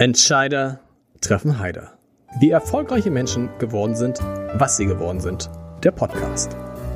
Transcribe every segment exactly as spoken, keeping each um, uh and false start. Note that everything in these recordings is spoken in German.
Entscheider treffen Heider. Wie erfolgreiche Menschen geworden sind, was sie geworden sind. Der Podcast.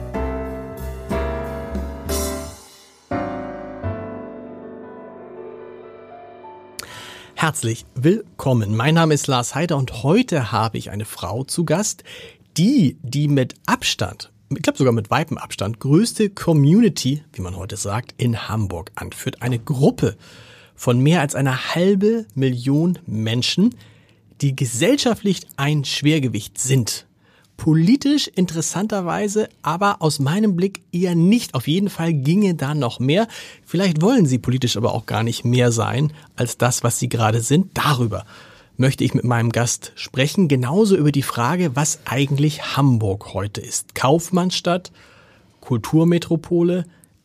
Herzlich willkommen. Mein Name ist Lars Heider und heute habe ich eine Frau zu Gast, die, die mit Abstand, ich glaube sogar mit weitem Abstand, größte Community, wie man heute sagt, in Hamburg anführt. Eine Gruppe von mehr als einer halbe Million Menschen, die gesellschaftlich ein Schwergewicht sind. Politisch interessanterweise, aber aus meinem Blick eher nicht. Auf jeden Fall ginge da noch mehr. Vielleicht wollen sie politisch aber auch gar nicht mehr sein als das, was sie gerade sind. Darüber möchte ich mit meinem Gast sprechen. Genauso über die Frage, was eigentlich Hamburg heute ist. Kaufmannsstadt, Kulturmetropole,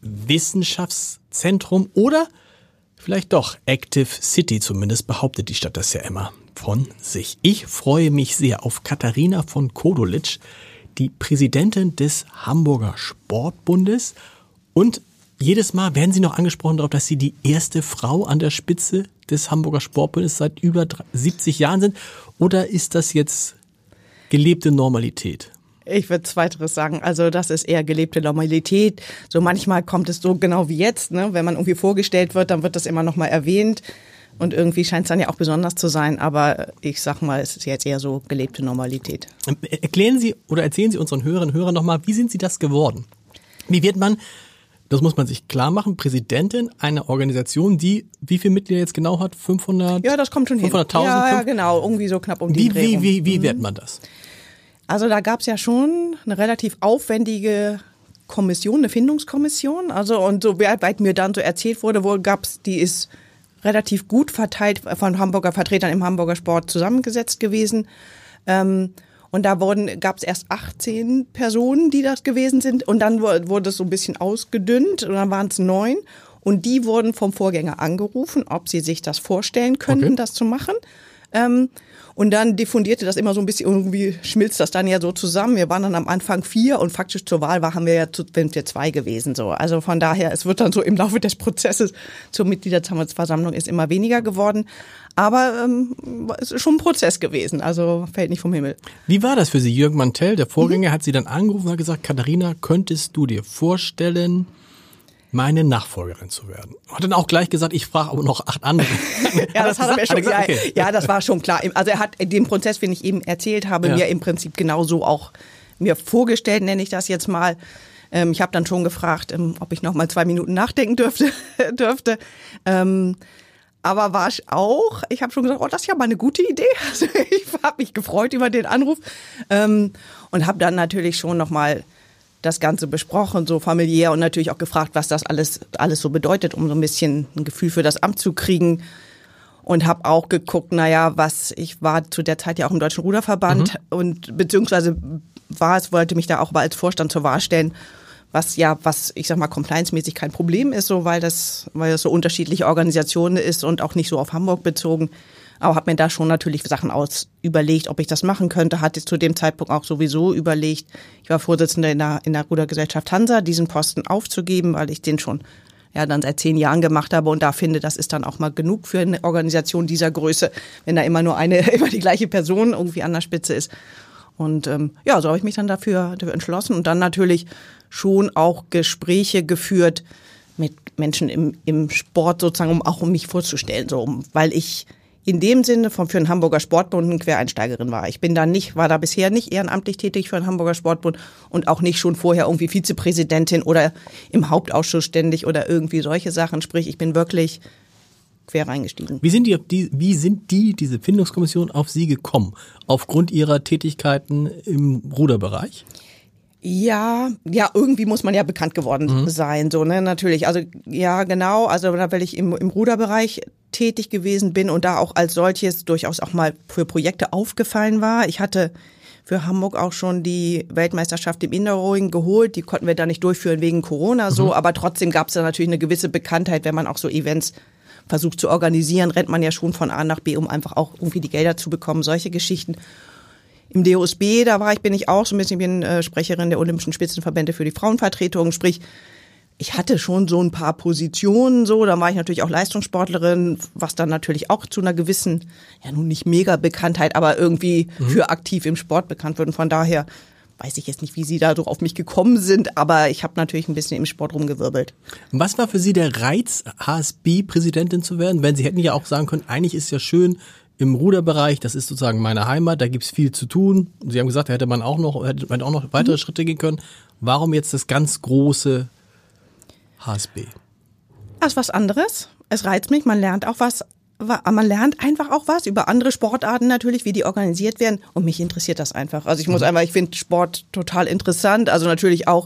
Wissenschaftszentrum oder vielleicht doch Active City, zumindest behauptet die Stadt das ja immer von sich. Ich freue mich sehr auf Katharina von Kodolitsch, die Präsidentin des Hamburger Sportbundes. Und jedes Mal werden Sie noch angesprochen darauf, dass Sie die erste Frau an der Spitze des Hamburger Sportbundes seit über siebzig Jahren sind. Oder ist das jetzt gelebte Normalität? Ich würde Zweiteres sagen. Also das ist eher gelebte Normalität. So manchmal kommt es so genau wie jetzt, ne? Wenn man irgendwie vorgestellt wird, dann wird das immer noch mal erwähnt. Und irgendwie scheint es dann ja auch besonders zu sein. Aber ich sag mal, es ist jetzt eher so gelebte Normalität. Erklären Sie oder erzählen Sie unseren Hörerinnen und Hörern nochmal, wie sind Sie das geworden? Wie wird man, das muss man sich klar machen, Präsidentin einer Organisation, die wie viele Mitglieder jetzt genau hat? fünfhundert? Ja, das kommt schon fünfhunderttausend? hin. Ja, ja, genau. Irgendwie so knapp um die Dreh rum. Wie, wie, wie mhm. wird man das? Also da gab es ja schon eine relativ aufwendige Kommission, eine Findungskommission. Also und so weit mir dann so erzählt wurde, wohl gab's, die ist relativ gut verteilt von Hamburger Vertretern im Hamburger Sport zusammengesetzt gewesen. Ähm, und da wurden gab es erst achtzehn Personen, die das gewesen sind. Und dann wurde es so ein bisschen ausgedünnt und dann waren es neun. Und die wurden vom Vorgänger angerufen, ob sie sich das vorstellen könnten, okay. das zu machen. Ähm, Und dann diffundierte das immer so ein bisschen, irgendwie schmilzt das dann ja so zusammen. Wir waren dann am Anfang vier und faktisch zur Wahl waren wir ja zu, sind wir zwei gewesen. So. Also von daher, es wird dann so im Laufe des Prozesses zur Mitgliederversammlung ist immer weniger geworden. Aber ähm, es ist schon ein Prozess gewesen, also fällt nicht vom Himmel. Wie war das für Sie? Jürgen Mantell, der Vorgänger, mhm. hat Sie dann angerufen und hat gesagt, Katharina, könntest du dir vorstellen, meine Nachfolgerin zu werden? Hat dann auch gleich gesagt, ich frage aber noch acht andere. ja, das hat er mir schon gesagt. Okay. Ja, ja, das war schon klar. Also er hat den Prozess, den ich eben erzählt habe, ja. mir im Prinzip genauso auch mir vorgestellt, nenne ich das jetzt mal. Ähm, ich habe dann schon gefragt, ähm, ob ich noch mal zwei Minuten nachdenken dürfte. dürfte. Ähm, aber war ich auch, ich habe schon gesagt, oh, das ist ja mal eine gute Idee. Also ich habe mich gefreut über den Anruf ähm, und habe dann natürlich schon noch mal das Ganze besprochen, so familiär und natürlich auch gefragt, was das alles alles so bedeutet, um so ein bisschen ein Gefühl für das Amt zu kriegen. Und habe auch geguckt, naja, was, ich war zu der Zeit ja auch im Deutschen Ruderverband mhm. und beziehungsweise war es, wollte mich da auch mal als Vorstand zur Wahl stellen, was ja, was ich sag mal, compliance-mäßig kein Problem ist, so weil das, weil das so unterschiedliche Organisationen ist und auch nicht so auf Hamburg bezogen. Aber habe mir da schon natürlich Sachen aus überlegt, ob ich das machen könnte. Hatte zu dem Zeitpunkt auch sowieso überlegt, ich war Vorsitzende in der, in der Rudergesellschaft Hansa, diesen Posten aufzugeben, weil ich den schon ja dann seit zehn Jahren gemacht habe und da finde, das ist dann auch mal genug für eine Organisation dieser Größe, wenn da immer nur eine, immer die gleiche Person irgendwie an der Spitze ist. Und ähm, ja, so habe ich mich dann dafür, dafür entschlossen und dann natürlich schon auch Gespräche geführt mit Menschen im, im Sport sozusagen, um auch um mich vorzustellen, so um, weil ich in dem Sinne von für den Hamburger Sportbund eine Quereinsteigerin war. Ich bin da nicht, war da bisher nicht ehrenamtlich tätig für den Hamburger Sportbund und auch nicht schon vorher irgendwie Vizepräsidentin oder im Hauptausschuss ständig oder irgendwie solche Sachen. Sprich, ich bin wirklich quer reingestiegen. Wie sind die, die, wie sind die, diese Findungskommission auf Sie gekommen? Aufgrund Ihrer Tätigkeiten im Ruderbereich? Ja, ja, irgendwie muss man ja bekannt geworden mhm. sein, so, ne, natürlich. Also, ja, genau. Also, weil ich im, im Ruderbereich tätig gewesen bin und da auch als solches durchaus auch mal für Projekte aufgefallen war. Ich hatte für Hamburg auch schon die Weltmeisterschaft im Indoor-Rowing geholt. Die konnten wir da nicht durchführen wegen Corona, so. Mhm. Aber trotzdem gab es da natürlich eine gewisse Bekanntheit, wenn man auch so Events versucht zu organisieren, rennt man ja schon von A nach B, um einfach auch irgendwie die Gelder zu bekommen, solche Geschichten. Im D O S B, da war ich, bin ich auch so ein bisschen, ich bin äh, Sprecherin der Olympischen Spitzenverbände für die Frauenvertretung, sprich, ich hatte schon so ein paar Positionen, so, dann war ich natürlich auch Leistungssportlerin, was dann natürlich auch zu einer gewissen, ja nun nicht mega Bekanntheit, aber irgendwie mhm. für aktiv im Sport bekannt wird. Und von daher weiß ich jetzt nicht, wie Sie da so auf mich gekommen sind, aber ich habe natürlich ein bisschen im Sport rumgewirbelt. Was war für Sie der Reiz, H S B-Präsidentin zu werden? Wenn Sie hätten ja auch sagen können, eigentlich ist es ja schön im Ruderbereich, das ist sozusagen meine Heimat, da gibt's viel zu tun. Sie haben gesagt, da hätte man auch noch, hätte man auch noch weitere mhm. Schritte gehen können. Warum jetzt das ganz große H S B? Das ist was anderes. Es reizt mich, man lernt auch was. Man lernt einfach auch was über andere Sportarten natürlich, wie die organisiert werden. Und mich interessiert das einfach. Also ich muss einfach, ich finde Sport total interessant. Also natürlich auch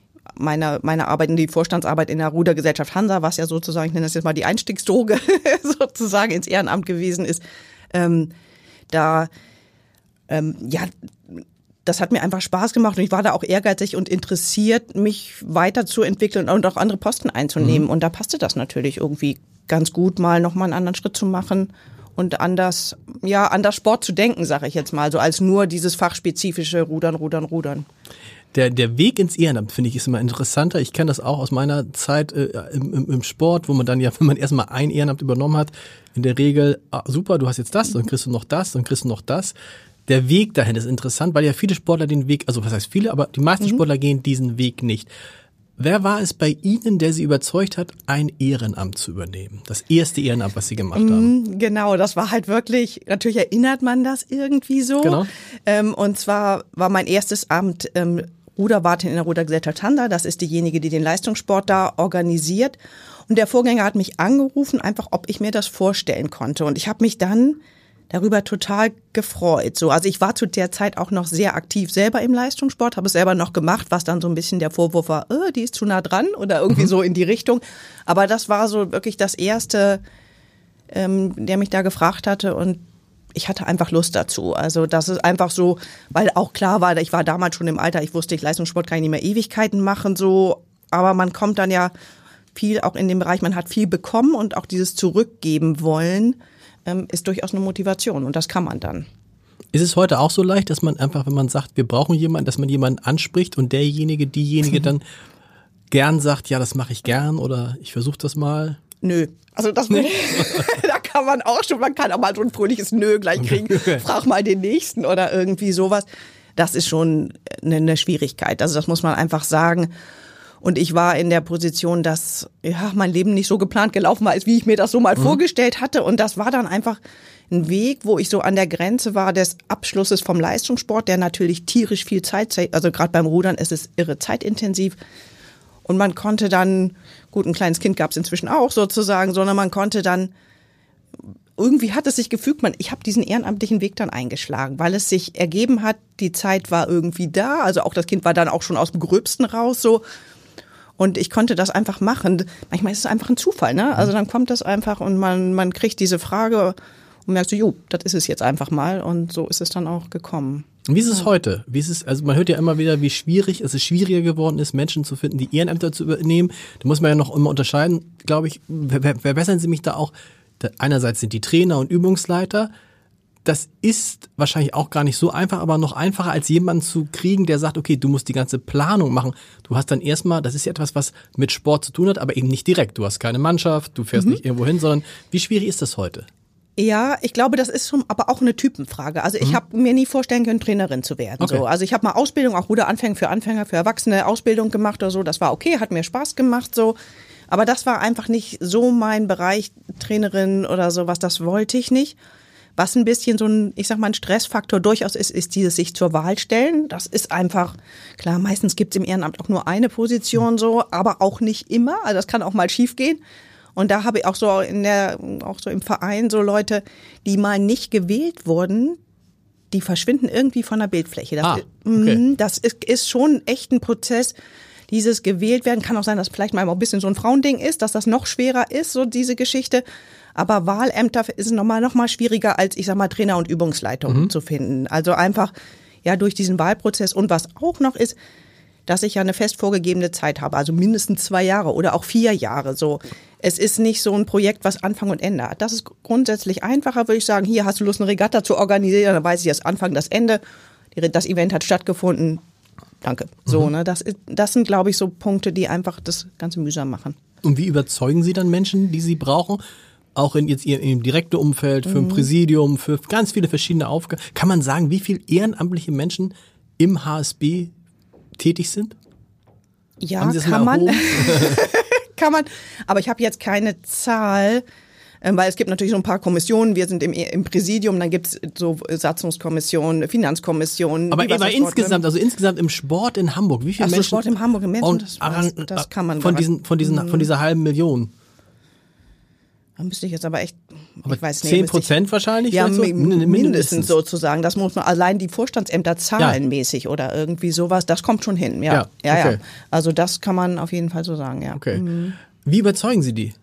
meine, meine Arbeit in die Vorstandsarbeit in der Rudergesellschaft Hansa, was ja sozusagen, ich nenne das jetzt mal die Einstiegsdroge sozusagen ins Ehrenamt gewesen ist. Ähm, da, ähm, ja, das hat mir einfach Spaß gemacht und ich war da auch ehrgeizig und interessiert, mich weiterzuentwickeln und auch andere Posten einzunehmen. Mhm. Und da passte das natürlich irgendwie ganz gut, mal nochmal einen anderen Schritt zu machen und anders, ja, anders Sport zu denken, sage ich jetzt mal, so als nur dieses fachspezifische Rudern, Rudern, Rudern. Der, der Weg ins Ehrenamt, finde ich, ist immer interessanter. Ich kenne das auch aus meiner Zeit äh, im, im, im Sport, wo man dann ja, wenn man erstmal ein Ehrenamt übernommen hat, in der Regel, ah, super, du hast jetzt das, dann kriegst du noch das, dann kriegst du noch das. Der Weg dahin ist interessant, weil ja viele Sportler den Weg, also was heißt viele, aber die meisten mhm. Sportler gehen diesen Weg nicht. Wer war es bei Ihnen, der Sie überzeugt hat, ein Ehrenamt zu übernehmen? Das erste Ehrenamt, was Sie gemacht haben. Genau, das war halt wirklich, natürlich erinnert man das irgendwie so. Genau. Ähm, und zwar war mein erstes Amt ähm, Ruderwartin in der Rudergesellschaft Hansa. Das ist diejenige, die den Leistungssport da organisiert. Und der Vorgänger hat mich angerufen, einfach ob ich mir das vorstellen konnte. Und ich habe mich dann darüber total gefreut. So, also ich war zu der Zeit auch noch sehr aktiv selber im Leistungssport, habe es selber noch gemacht, was dann so ein bisschen der Vorwurf war, oh, die ist zu nah dran oder irgendwie mhm. so in die Richtung. Aber das war so wirklich das Erste, ähm, der mich da gefragt hatte und ich hatte einfach Lust dazu. Also das ist einfach so, weil auch klar war, ich war damals schon im Alter, ich wusste, ich Leistungssport kann ich nicht mehr Ewigkeiten machen, so, aber man kommt dann ja viel auch in dem Bereich, man hat viel bekommen und auch dieses Zurückgeben wollen, ist durchaus eine Motivation und das kann man dann. Ist es heute auch so leicht, dass man einfach, wenn man sagt, wir brauchen jemanden, dass man jemanden anspricht und derjenige, diejenige dann gern sagt, ja, das mache ich gern oder ich versuche das mal? Nö, also das nee. Da kann man auch schon, man kann auch mal so ein fröhliches Nö gleich kriegen, frag mal den Nächsten oder irgendwie sowas. Das ist schon eine, eine Schwierigkeit, also das muss man einfach sagen. Und ich war in der Position, dass ja mein Leben nicht so geplant gelaufen war, als wie ich mir das so mal mhm. vorgestellt hatte. Und das war dann einfach ein Weg, wo ich so an der Grenze war des Abschlusses vom Leistungssport, der natürlich tierisch viel Zeit, also gerade beim Rudern ist es irre zeitintensiv. Und man konnte dann, gut, ein kleines Kind gab es inzwischen auch sozusagen, sondern man konnte dann, irgendwie hat es sich gefügt, man, ich habe diesen ehrenamtlichen Weg dann eingeschlagen, weil es sich ergeben hat, die Zeit war irgendwie da, also auch das Kind war dann auch schon aus dem Gröbsten raus so. Und ich konnte das einfach machen. Manchmal ist es einfach ein Zufall, ne? Also dann kommt das einfach und man, man kriegt diese Frage und merkt so, jo, das ist es jetzt einfach mal. Und so ist es dann auch gekommen. Wie ist es ja. heute? Wie ist es, also man hört ja immer wieder, wie schwierig es schwieriger geworden ist, Menschen zu finden, die Ehrenämter zu übernehmen. Da muss man ja noch immer unterscheiden, glaube ich. Verbessern Sie mich da auch. Einerseits sind die Trainer und Übungsleiter. Das ist wahrscheinlich auch gar nicht so einfach, aber noch einfacher als jemanden zu kriegen, der sagt, okay, du musst die ganze Planung machen. Du hast dann erstmal, das ist ja etwas, was mit Sport zu tun hat, aber eben nicht direkt. Du hast keine Mannschaft, du fährst mhm. nicht irgendwo hin, sondern wie schwierig ist das heute? Ja, ich glaube, das ist schon aber auch eine Typenfrage. Also ich mhm. habe mir nie vorstellen können, Trainerin zu werden. Okay. So. Also ich habe mal Ausbildung, auch Ruderanfänge für Anfänger, für Erwachsene, Ausbildung gemacht oder so. Das war okay, hat mir Spaß gemacht so. Aber das war einfach nicht so mein Bereich, Trainerin oder sowas, das wollte ich nicht. Was ein bisschen so ein, ich sag mal, ein Stressfaktor durchaus ist, ist dieses sich zur Wahl stellen. Das ist einfach, klar, meistens gibt's im Ehrenamt auch nur eine Position so, aber auch nicht immer. Also das kann auch mal schief gehen. Und da habe ich auch so in der, auch so im Verein so Leute, die mal nicht gewählt wurden, die verschwinden irgendwie von der Bildfläche. Das, ah, okay. das ist, ist schon echt ein Prozess. Dieses gewählt werden, kann auch sein, dass vielleicht mal ein bisschen so ein Frauending ist, dass das noch schwerer ist, so diese Geschichte. Aber Wahlämter ist nochmal noch mal schwieriger als, ich sag mal, Trainer und Übungsleitung mhm. zu finden. Also einfach, ja, durch diesen Wahlprozess. Und was auch noch ist, dass ich ja eine fest vorgegebene Zeit habe, also mindestens zwei Jahre oder auch vier Jahre. So, es ist nicht so ein Projekt, was Anfang und Ende hat. Das ist grundsätzlich einfacher, würde ich sagen. Hier hast du Lust, eine Regatta zu organisieren, dann weiß ich das Anfang, das Ende. Das Event hat stattgefunden. danke. So, mhm. ne, das, ist, das sind, glaube ich, so Punkte, die einfach das Ganze mühsam machen. Und wie überzeugen Sie dann Menschen, die Sie brauchen? Auch in jetzt Ihrem, Ihrem direkten Umfeld, für ein Präsidium, für ganz viele verschiedene Aufgaben. Kann man sagen, wie viele ehrenamtliche Menschen im H S B tätig sind? Ja, kann man. kann man. Aber ich habe jetzt keine Zahl, weil es gibt natürlich so ein paar Kommissionen. Wir sind im, im Präsidium, dann gibt es so Satzungskommissionen, Finanzkommissionen. Aber, aber insgesamt, also insgesamt im Sport in Hamburg, wie viele Ach so, Menschen? Sport im Hamburg, im Menschen, und, das, weiß, das kann man von diesen, von diesen, mhm. von dieser halben Million. Da müsste ich jetzt aber echt, aber ich weiß nicht. zehn Prozent wahrscheinlich? Ja, so? mindestens, mindestens sozusagen. Das muss man, allein die Vorstandsämter zahlenmäßig ja. oder irgendwie sowas, das kommt schon hin. Ja, ja, ja, okay. ja. Also das kann man auf jeden Fall so sagen, ja. Okay. Mhm. Wie überzeugen Sie die?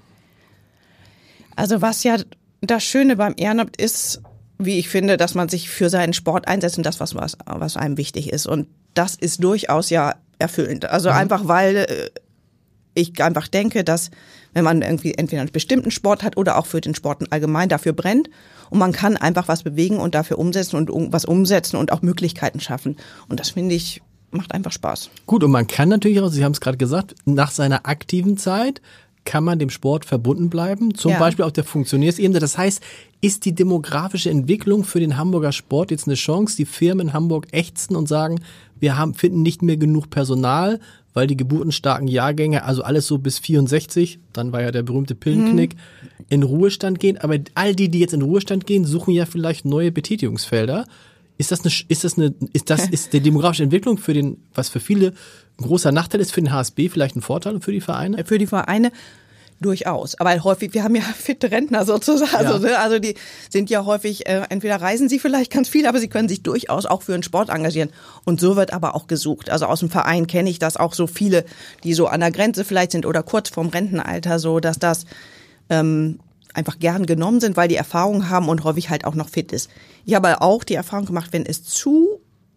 Also was ja das Schöne beim Ehrenamt ist, wie ich finde, dass man sich für seinen Sport einsetzt und das, was, was, was einem wichtig ist. Und das ist durchaus ja erfüllend. Also mhm. einfach, weil ich einfach denke, dass wenn man irgendwie entweder einen bestimmten Sport hat oder auch für den Sport allgemein dafür brennt und man kann einfach was bewegen und dafür umsetzen und was umsetzen und auch Möglichkeiten schaffen. Und das finde ich, macht einfach Spaß. Gut, und man kann natürlich auch, Sie haben es gerade gesagt, nach seiner aktiven Zeit kann man dem Sport verbunden bleiben, zum ja. Beispiel auf der Funktionärsebene. Das heißt, ist die demografische Entwicklung für den Hamburger Sport jetzt eine Chance? Die Firmen in Hamburg ächzen und sagen, wir haben, finden nicht mehr genug Personal, weil die geburtenstarken Jahrgänge, also alles so bis vierundsechzig, dann war ja der berühmte Pillenknick, mhm. in Ruhestand gehen. Aber all die, die jetzt in Ruhestand gehen, suchen ja vielleicht neue Betätigungsfelder. Ist das eine, ist das eine, ist das, ist die demografische Entwicklung für den, was für viele ein großer Nachteil ist, für den H S B vielleicht ein Vorteil und für die Vereine? Für die Vereine durchaus. Aber häufig, wir haben ja fitte Rentner sozusagen. Ja. Also, ne, also die sind ja häufig, äh, entweder reisen sie vielleicht ganz viel, aber sie können sich durchaus auch für den Sport engagieren. Und so wird aber auch gesucht. Also aus dem Verein kenne ich das auch so viele, die so an der Grenze vielleicht sind oder kurz vorm Rentenalter, so dass das ähm, einfach gern genommen sind, weil die Erfahrung haben und häufig halt auch noch fit ist. Ich habe auch die Erfahrung gemacht, wenn es zu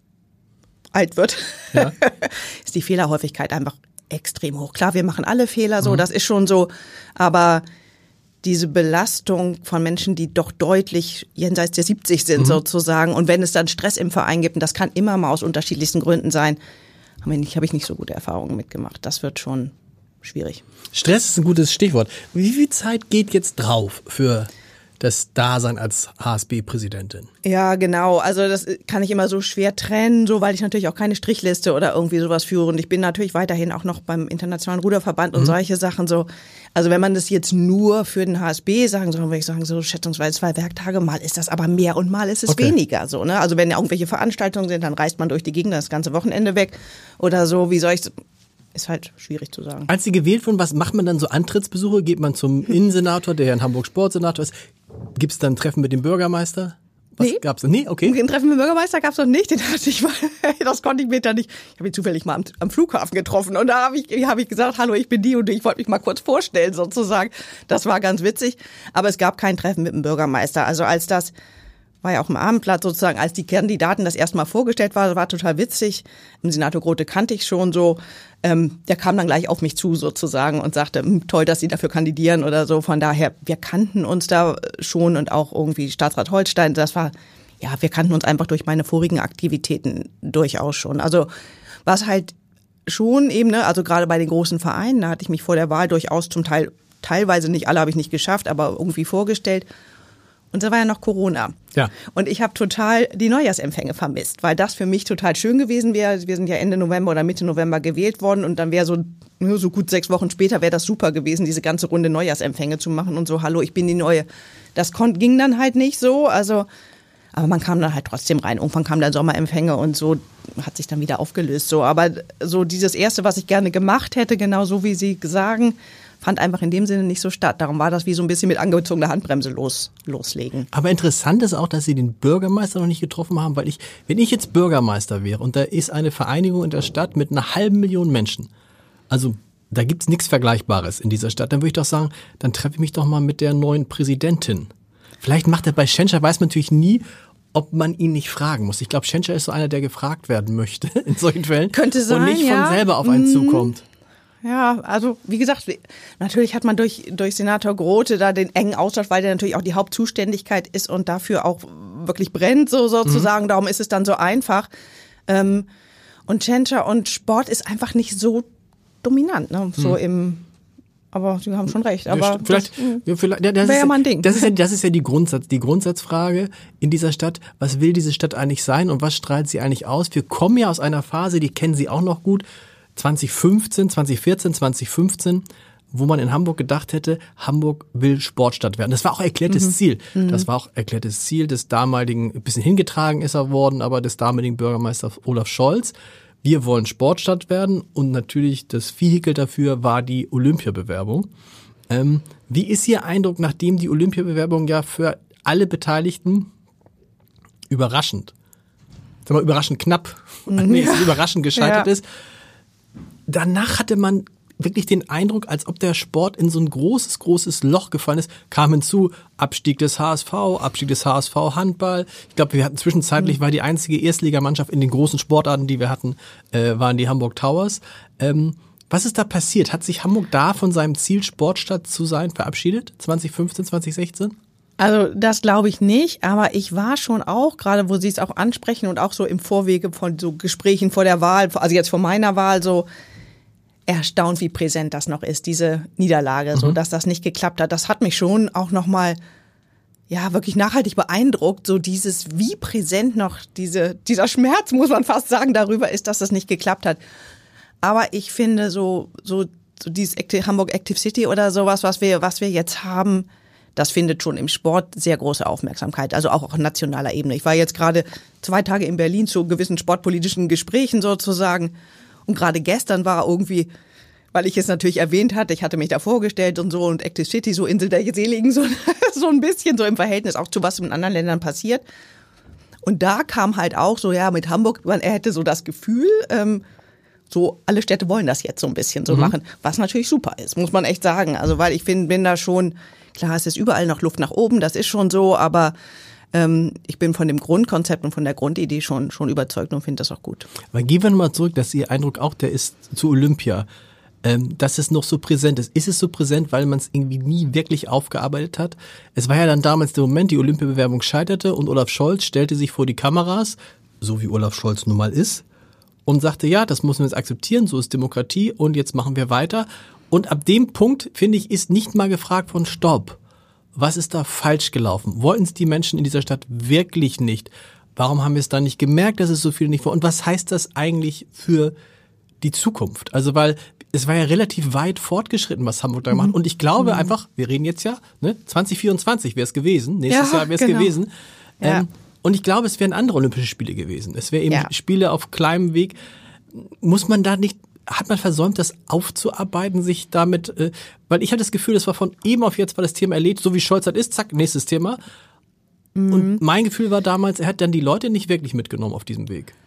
alt wird, ja. ist die Fehlerhäufigkeit einfach extrem hoch. Klar, wir machen alle Fehler so, mhm. das ist schon so, aber diese Belastung von Menschen, die doch deutlich jenseits der siebzig sind mhm. sozusagen und wenn es dann Stress im Verein gibt, und das kann immer mal aus unterschiedlichsten Gründen sein, habe ich, hab ich nicht so gute Erfahrungen mitgemacht. Das wird schon schwierig. Stress ist ein gutes Stichwort. Wie viel Zeit geht jetzt drauf für das Dasein als H S B-Präsidentin? Ja, genau. Also das kann ich immer so schwer trennen, so weil ich natürlich auch keine Strichliste oder irgendwie sowas führe. Und ich bin natürlich weiterhin auch noch beim Internationalen Ruderverband und mhm. solche Sachen so. Also wenn man das jetzt nur für den H S B sagen soll, würde ich sagen, so schätzungsweise zwei Werktage, mal ist das aber mehr und mal ist es okay. weniger. So, ne? Also wenn ja irgendwelche Veranstaltungen sind, dann reist man durch die Gegend das ganze Wochenende weg oder so. Wie soll ich Ist halt schwierig zu sagen. Als Sie gewählt wurden, was macht man dann so Antrittsbesuche? Geht man zum Innensenator, der ja in Hamburg Sportsenator ist? Gibt es dann ein Treffen mit dem Bürgermeister? Was nee. gab's? Nee, okay. Ein Treffen mit dem Bürgermeister gab's noch nicht. Den hatte ich mal, das konnte ich mir da nicht. Ich habe ihn zufällig mal am, am Flughafen getroffen und da habe ich, hab ich gesagt, hallo, ich bin die und ich wollte mich mal kurz vorstellen sozusagen. Das war ganz witzig. Aber es gab kein Treffen mit dem Bürgermeister. Also als das war ja auch im Abendblatt sozusagen, als die Kandidaten das erste Mal vorgestellt war, war total witzig. Im Senator Grote kannte ich schon so. Ähm, der kam dann gleich auf mich zu sozusagen und sagte, toll, dass Sie dafür kandidieren oder so. Von daher, wir kannten uns da schon und auch irgendwie Staatsrat Holstein. Das war, ja, wir kannten uns einfach durch meine vorigen Aktivitäten durchaus schon. Also was halt schon eben, ne, also gerade bei den großen Vereinen, da hatte ich mich vor der Wahl durchaus zum Teil, teilweise nicht alle habe ich nicht geschafft, aber irgendwie vorgestellt. Und da war ja noch Corona. Ja. Und ich habe total die Neujahrsempfänge vermisst, weil das für mich total schön gewesen wäre. Wir sind ja Ende November oder Mitte November gewählt worden und dann wäre so, so gut sechs Wochen später wäre das super gewesen, diese ganze Runde Neujahrsempfänge zu machen und so, hallo, ich bin die Neue. Das kon- ging dann halt nicht so, also, aber man kam dann halt trotzdem rein. Irgendwann kamen dann Sommerempfänge und so hat sich dann wieder aufgelöst. So, aber so dieses Erste, was ich gerne gemacht hätte, genau so wie Sie sagen, fand einfach in dem Sinne nicht so statt. Darum war das wie so ein bisschen mit angezogener Handbremse los, loslegen. Aber interessant ist auch, dass Sie den Bürgermeister noch nicht getroffen haben, weil ich, wenn ich jetzt Bürgermeister wäre und da ist eine Vereinigung in der Stadt mit einer halben Million Menschen, also da gibt's nichts Vergleichbares in dieser Stadt, dann würde ich doch sagen, dann treffe ich mich doch mal mit der neuen Präsidentin. Vielleicht macht er bei Schenscher, weiß man natürlich nie, ob man ihn nicht fragen muss. Ich glaube, Schenscher ist so einer, der gefragt werden möchte in solchen Fällen. Könnte sein, und nicht von ja. selber auf einen zukommt. Ja, also wie gesagt, natürlich hat man durch durch Senator Grote da den engen Austausch, weil der natürlich auch die Hauptzuständigkeit ist und dafür auch wirklich brennt, so sozusagen. Mhm. Darum ist es dann so einfach. Ähm, Und Tschentscher und Sport ist einfach nicht so dominant, ne? So hm. im, aber Sie haben schon recht. Aber ja, vielleicht, das, ja, vielleicht, ja, das wäre ist ja mal ein Ding. Das ist ja, das ist ja die Grundsatz, die Grundsatzfrage in dieser Stadt. Was will diese Stadt eigentlich sein und was strahlt sie eigentlich aus? Wir kommen ja aus einer Phase, die kennen Sie auch noch gut, zwanzig fünfzehn, zwanzig vierzehn, zwanzig fünfzehn, wo man in Hamburg gedacht hätte, Hamburg will Sportstadt werden. Das war auch erklärtes mhm. Ziel. Mhm. Das war auch erklärtes Ziel des damaligen, ein bisschen hingetragen ist er worden, aber des damaligen Bürgermeisters Olaf Scholz. Wir wollen Sportstadt werden und natürlich das Vehikel dafür war die Olympiabewerbung. Ähm, wie ist Ihr Eindruck, nachdem die Olympiabewerbung ja für alle Beteiligten überraschend, sagen wir überraschend knapp, mhm. nee, überraschend gescheitert ja. ist, danach hatte man wirklich den Eindruck, als ob der Sport in so ein großes, großes Loch gefallen ist, kam hinzu Abstieg des H S V, Abstieg des H S V Handball. Ich glaube, wir hatten zwischenzeitlich, mhm. war die einzige Erstligamannschaft in den großen Sportarten, die wir hatten, äh, waren die Hamburg Towers. Ähm, was ist da passiert? Hat sich Hamburg da von seinem Ziel, Sportstadt zu sein, verabschiedet? zwanzig fünfzehn, zwanzig sechzehn? Also das glaube ich nicht, aber ich war schon auch, gerade wo Sie es auch ansprechen und auch so im Vorwege von so Gesprächen vor der Wahl, also jetzt vor meiner Wahl so, erstaunt, wie präsent das noch ist, diese Niederlage, mhm. so dass das nicht geklappt hat. Das hat mich schon auch nochmal, ja, wirklich nachhaltig beeindruckt, so dieses, wie präsent noch diese, dieser Schmerz, muss man fast sagen, darüber ist, dass das nicht geklappt hat. Aber ich finde so, so, so dieses Active, Hamburg Active City oder sowas, was wir, was wir jetzt haben, das findet schon im Sport sehr große Aufmerksamkeit, also auch auf nationaler Ebene. Ich war jetzt gerade zwei Tage in Berlin zu gewissen sportpolitischen Gesprächen sozusagen. Und gerade gestern war irgendwie, weil ich es natürlich erwähnt hatte, ich hatte mich da vorgestellt und so und Active City, so Insel der Seligen, so, so ein bisschen so im Verhältnis auch zu was in anderen Ländern passiert. Und da kam halt auch so, ja, mit Hamburg, er hätte so das Gefühl, ähm, so alle Städte wollen das jetzt so ein bisschen so mhm. machen, was natürlich super ist, muss man echt sagen. Also weil ich find, bin da schon, klar, es ist überall noch Luft nach oben, das ist schon so, aber ich bin von dem Grundkonzept und von der Grundidee schon schon überzeugt und finde das auch gut. Aber gehen wir nochmal zurück, dass Ihr Eindruck auch der ist zu Olympia, ähm, dass es noch so präsent ist. Ist es so präsent, weil man es irgendwie nie wirklich aufgearbeitet hat? Es war ja dann damals der Moment, die Olympiabewerbung scheiterte und Olaf Scholz stellte sich vor die Kameras, so wie Olaf Scholz nun mal ist, und sagte, ja, das müssen wir jetzt akzeptieren, so ist Demokratie und jetzt machen wir weiter. Und ab dem Punkt, finde ich, ist nicht mal gefragt von Stopp. Was ist da falsch gelaufen? Wollten es die Menschen in dieser Stadt wirklich nicht? Warum haben wir es dann nicht gemerkt, dass es so viele nicht war? Und was heißt das eigentlich für die Zukunft? Also weil es war ja relativ weit fortgeschritten, was Hamburg da gemacht hat. Und ich glaube mhm. einfach, wir reden jetzt ja, ne, zwanzig vierundzwanzig wäre es gewesen, nächstes ja, Jahr wäre es genau. gewesen. Ja. Ähm, und ich glaube, es wären andere Olympische Spiele gewesen. Es wären eben ja. Spiele auf kleinem Weg. Muss man da nicht... Hat man versäumt, das aufzuarbeiten, sich damit, äh, weil ich hatte das Gefühl, das war von eben auf jetzt war das Thema erledigt, so wie Scholz halt ist, zack, nächstes Thema. Mhm. Und mein Gefühl war damals, er hat dann die Leute nicht wirklich mitgenommen auf diesem Weg.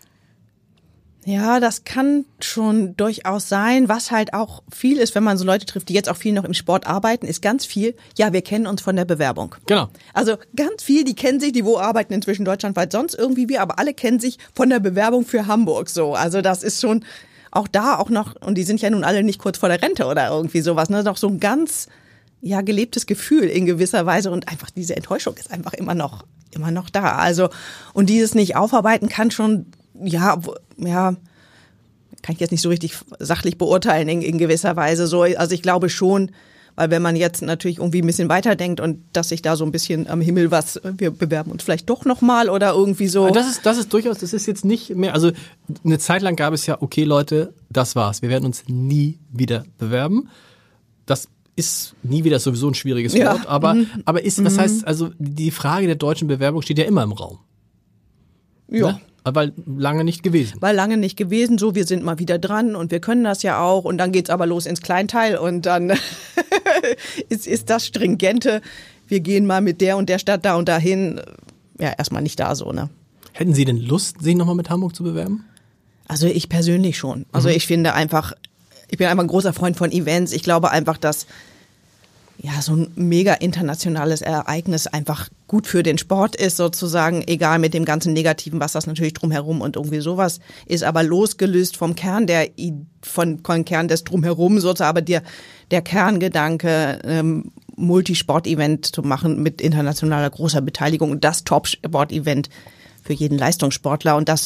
Ja, das kann schon durchaus sein. Was halt auch viel ist, wenn man so Leute trifft, die jetzt auch viel noch im Sport arbeiten, ist ganz viel, ja, wir kennen uns von der Bewerbung. Genau. Also ganz viel, die kennen sich, die wo arbeiten inzwischen deutschlandweit sonst irgendwie wir, aber alle kennen sich von der Bewerbung für Hamburg so. Also das ist schon... Auch da auch noch, und die sind ja nun alle nicht kurz vor der Rente oder irgendwie sowas, ne, noch so ein ganz, ja, gelebtes Gefühl in gewisser Weise und einfach diese Enttäuschung ist einfach immer noch, immer noch da. Also, und dieses nicht aufarbeiten kann schon, ja, ja, kann ich jetzt nicht so richtig sachlich beurteilen in, in gewisser Weise so. Also ich glaube schon, weil wenn man jetzt natürlich irgendwie ein bisschen weiterdenkt und dass sich da so ein bisschen am Himmel was, wir bewerben uns vielleicht doch nochmal oder irgendwie so. Das ist, das ist durchaus, das ist jetzt nicht mehr, also eine Zeit lang gab es ja, okay Leute, das war's, wir werden uns nie wieder bewerben. Das ist nie wieder sowieso ein schwieriges Wort, ja. aber, mhm. aber ist, was mhm. heißt, also die Frage der deutschen Bewerbung steht ja immer im Raum. Ja. Ne? Weil lange nicht gewesen. Weil lange nicht gewesen, so wir sind mal wieder dran und wir können das ja auch und dann geht's aber los ins Kleinteil und dann ist, ist das Stringente, wir gehen mal mit der und der Stadt da und dahin, ja erstmal nicht da so, ne. Hätten Sie denn Lust, sich nochmal mit Hamburg zu bewerben? Also ich persönlich schon. Also mhm. ich finde einfach, ich bin einfach ein großer Freund von Events, ich glaube einfach, dass ja, so ein mega internationales Ereignis einfach gut für den Sport ist sozusagen, egal mit dem ganzen Negativen, was das natürlich drumherum und irgendwie sowas ist, aber losgelöst vom Kern der, von, vom Kern des drumherum sozusagen, aber der, der Kerngedanke, ähm, Multisport-Event zu machen mit internationaler großer Beteiligung und das Top-Sport-Event für jeden Leistungssportler und das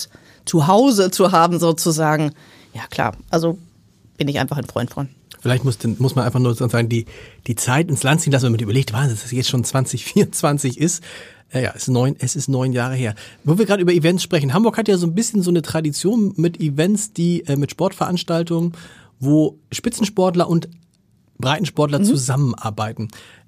zu Hause zu haben sozusagen. Ja klar, also bin ich einfach ein Freund von. Vielleicht muss, muss man einfach nur sagen, die, die Zeit ins Land ziehen lassen, wenn man überlegt, was, dass es jetzt schon zwanzig vierundzwanzig ist. Ja, ja, es ist neun, es ist neun Jahre her. Wo wir gerade über Events sprechen, Hamburg hat ja so ein bisschen so eine Tradition mit Events, die äh, mit Sportveranstaltungen, wo Spitzensportler und Breitensportler mhm. zusammenarbeiten.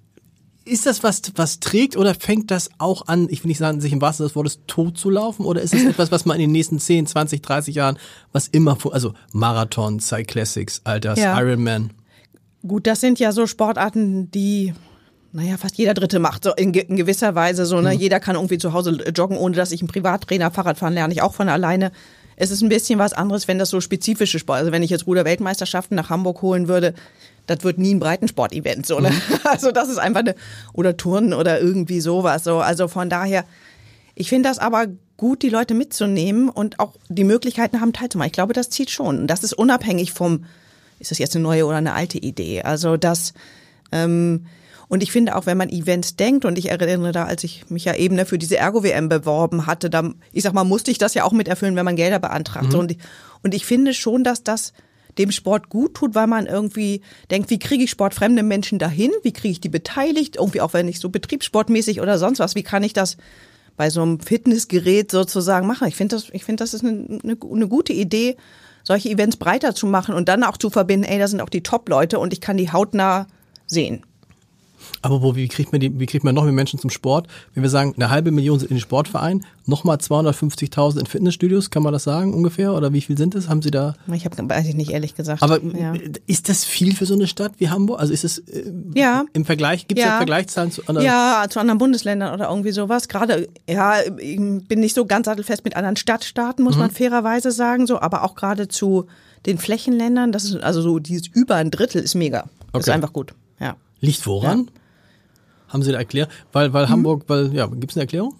Ist das was, was trägt oder fängt das auch an, ich will nicht sagen, sich im wahrsten Sinne des Wortes tot zu laufen, oder ist es etwas, was man in den nächsten zehn, zwanzig, dreißig Jahren, was immer, also Marathon, Cyclassics, Alters, ja. Ironman? Gut, das sind ja so Sportarten, die naja, fast jeder Dritte macht, so in, ge- in gewisser Weise so, ne, mhm. jeder kann irgendwie zu Hause joggen, ohne dass ich einen Privattrainer, Fahrradfahren lerne ich auch von alleine. Es ist ein bisschen was anderes, wenn das so spezifische Sport, also wenn ich jetzt Ruder-Weltmeisterschaften nach Hamburg holen würde, das wird nie ein Breitensport-Event, so, ne? Mhm. Also das ist einfach eine, oder Turnen oder irgendwie sowas, so. Also von daher, ich finde das aber gut, die Leute mitzunehmen und auch die Möglichkeiten haben, teilzumachen. Ich glaube, das zieht schon. Und das ist unabhängig vom, ist das jetzt eine neue oder eine alte Idee? Also das, ähm, und ich finde auch, wenn man Events denkt, und ich erinnere da, als ich mich ja eben für diese Ergo-W M beworben hatte, da, ich sag mal, musste ich das ja auch miterfüllen, wenn man Gelder beantragt. Mhm. Und, ich, und ich finde schon, dass das dem Sport gut tut, weil man irgendwie denkt, wie kriege ich sportfremde Menschen dahin? Wie kriege ich die beteiligt? Irgendwie auch wenn ich so betriebssportmäßig oder sonst was, wie kann ich das bei so einem Fitnessgerät sozusagen machen? Ich finde das, ich finde, das ist eine, eine, eine gute Idee, solche Events breiter zu machen und dann auch zu verbinden, ey, da sind auch die Top-Leute und ich kann die hautnah sehen. Aber wo, wie kriegt man die, wie kriegt man noch mehr Menschen zum Sport? Wenn wir sagen, eine halbe Million sind in den Sportverein, nochmal zweihundertfünfzigtausend in Fitnessstudios, kann man das sagen ungefähr? Oder wie viel sind es? Haben Sie da? Ich habe, weiß ich nicht, ehrlich gesagt. Aber ja. Ist das viel für so eine Stadt wie Hamburg? Also ist es äh, ja. im Vergleich, gibt es ja. ja Vergleichszahlen zu anderen? Ja, zu anderen Bundesländern oder irgendwie sowas. Gerade, ja, ich bin nicht so ganz sattelfest mit anderen Stadtstaaten, muss mhm. man fairerweise sagen, so, aber auch gerade zu den Flächenländern, das ist also so dieses über ein Drittel ist mega. Das okay. ist einfach gut. Ja. Liegt woran? Ja. Haben Sie da erklärt? Weil, weil mhm. Hamburg, weil, ja, gibt es eine Erklärung?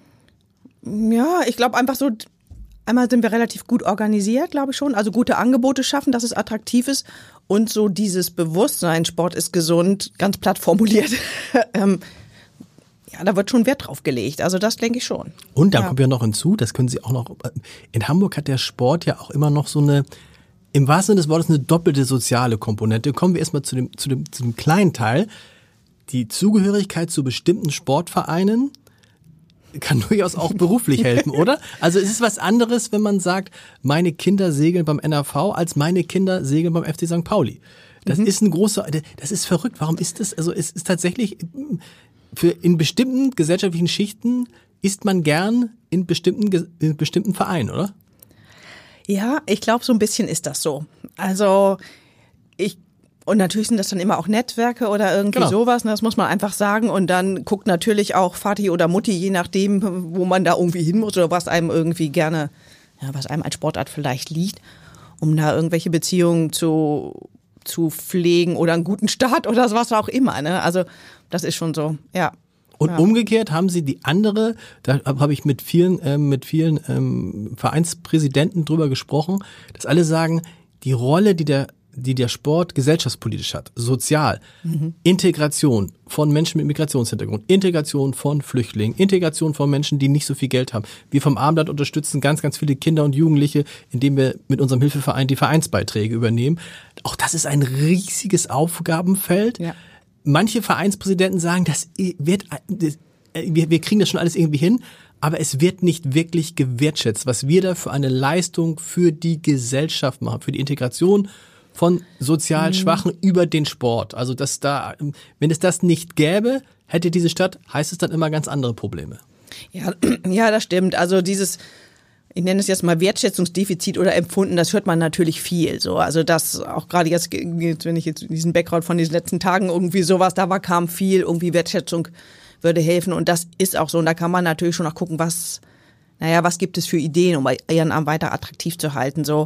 Ja, ich glaube einfach so, einmal sind wir relativ gut organisiert, glaube ich schon. Also gute Angebote schaffen, dass es attraktiv ist. Und so dieses Bewusstsein, Sport ist gesund, ganz platt formuliert. ähm, ja, da wird schon Wert drauf gelegt. Also das denke ich schon. Und da ja. kommt ja noch hinzu, das können Sie auch noch, in Hamburg hat der Sport ja auch immer noch so eine, im wahrsten Sinne des Wortes, eine doppelte soziale Komponente. Kommen wir erstmal zu dem, zu dem, zu dem kleinen Teil. Die Zugehörigkeit zu bestimmten Sportvereinen kann durchaus auch beruflich helfen, oder? Also es ist was anderes, wenn man sagt, meine Kinder segeln beim N A V, als meine Kinder segeln beim F C Sankt Pauli. Das mhm. ist ein großer, das ist verrückt. Warum ist das? Also es ist tatsächlich, für in bestimmten gesellschaftlichen Schichten ist man gern in bestimmten, in bestimmten Vereinen, oder? Ja, ich glaube, so ein bisschen ist das so. Also ich Und natürlich sind das dann immer auch Netzwerke oder irgendwie genau. sowas, ne? Das muss man einfach sagen. Und dann guckt natürlich auch Vati oder Mutti, je nachdem, wo man da irgendwie hin muss oder was einem irgendwie gerne, ja, was einem als Sportart vielleicht liegt, um da irgendwelche Beziehungen zu, zu pflegen oder einen guten Start oder was auch immer, ne? Also das ist schon so, ja. Und ja. umgekehrt haben Sie die andere, da habe ich mit vielen, äh, mit vielen ähm, Vereinspräsidenten drüber gesprochen, dass alle sagen, die Rolle, die der die der Sport gesellschaftspolitisch hat, sozial, mhm. Integration von Menschen mit Migrationshintergrund, Integration von Flüchtlingen, Integration von Menschen, die nicht so viel Geld haben. Wir vom Abendblatt unterstützen ganz, ganz viele Kinder und Jugendliche, indem wir mit unserem Hilfeverein die Vereinsbeiträge übernehmen. Auch das ist ein riesiges Aufgabenfeld. Ja. Manche Vereinspräsidenten sagen, das wird, das, wir, wir kriegen das schon alles irgendwie hin, aber es wird nicht wirklich gewertschätzt, was wir da für eine Leistung für die Gesellschaft machen, für die Integration von sozial Schwachen mhm. über den Sport. Also dass da, wenn es das nicht gäbe, hätte diese Stadt, heißt es dann immer ganz andere Probleme. Ja, ja, das stimmt. Also dieses, ich nenne es jetzt mal Wertschätzungsdefizit oder Empfunden, das hört man natürlich viel. So, also das auch gerade jetzt, wenn ich jetzt diesen Background von diesen letzten Tagen irgendwie sowas, da war, kam viel, irgendwie Wertschätzung würde helfen. Und das ist auch so. Und da kann man natürlich schon auch gucken, was, naja, was gibt es für Ideen, um Ehrenamt weiter attraktiv zu halten. So,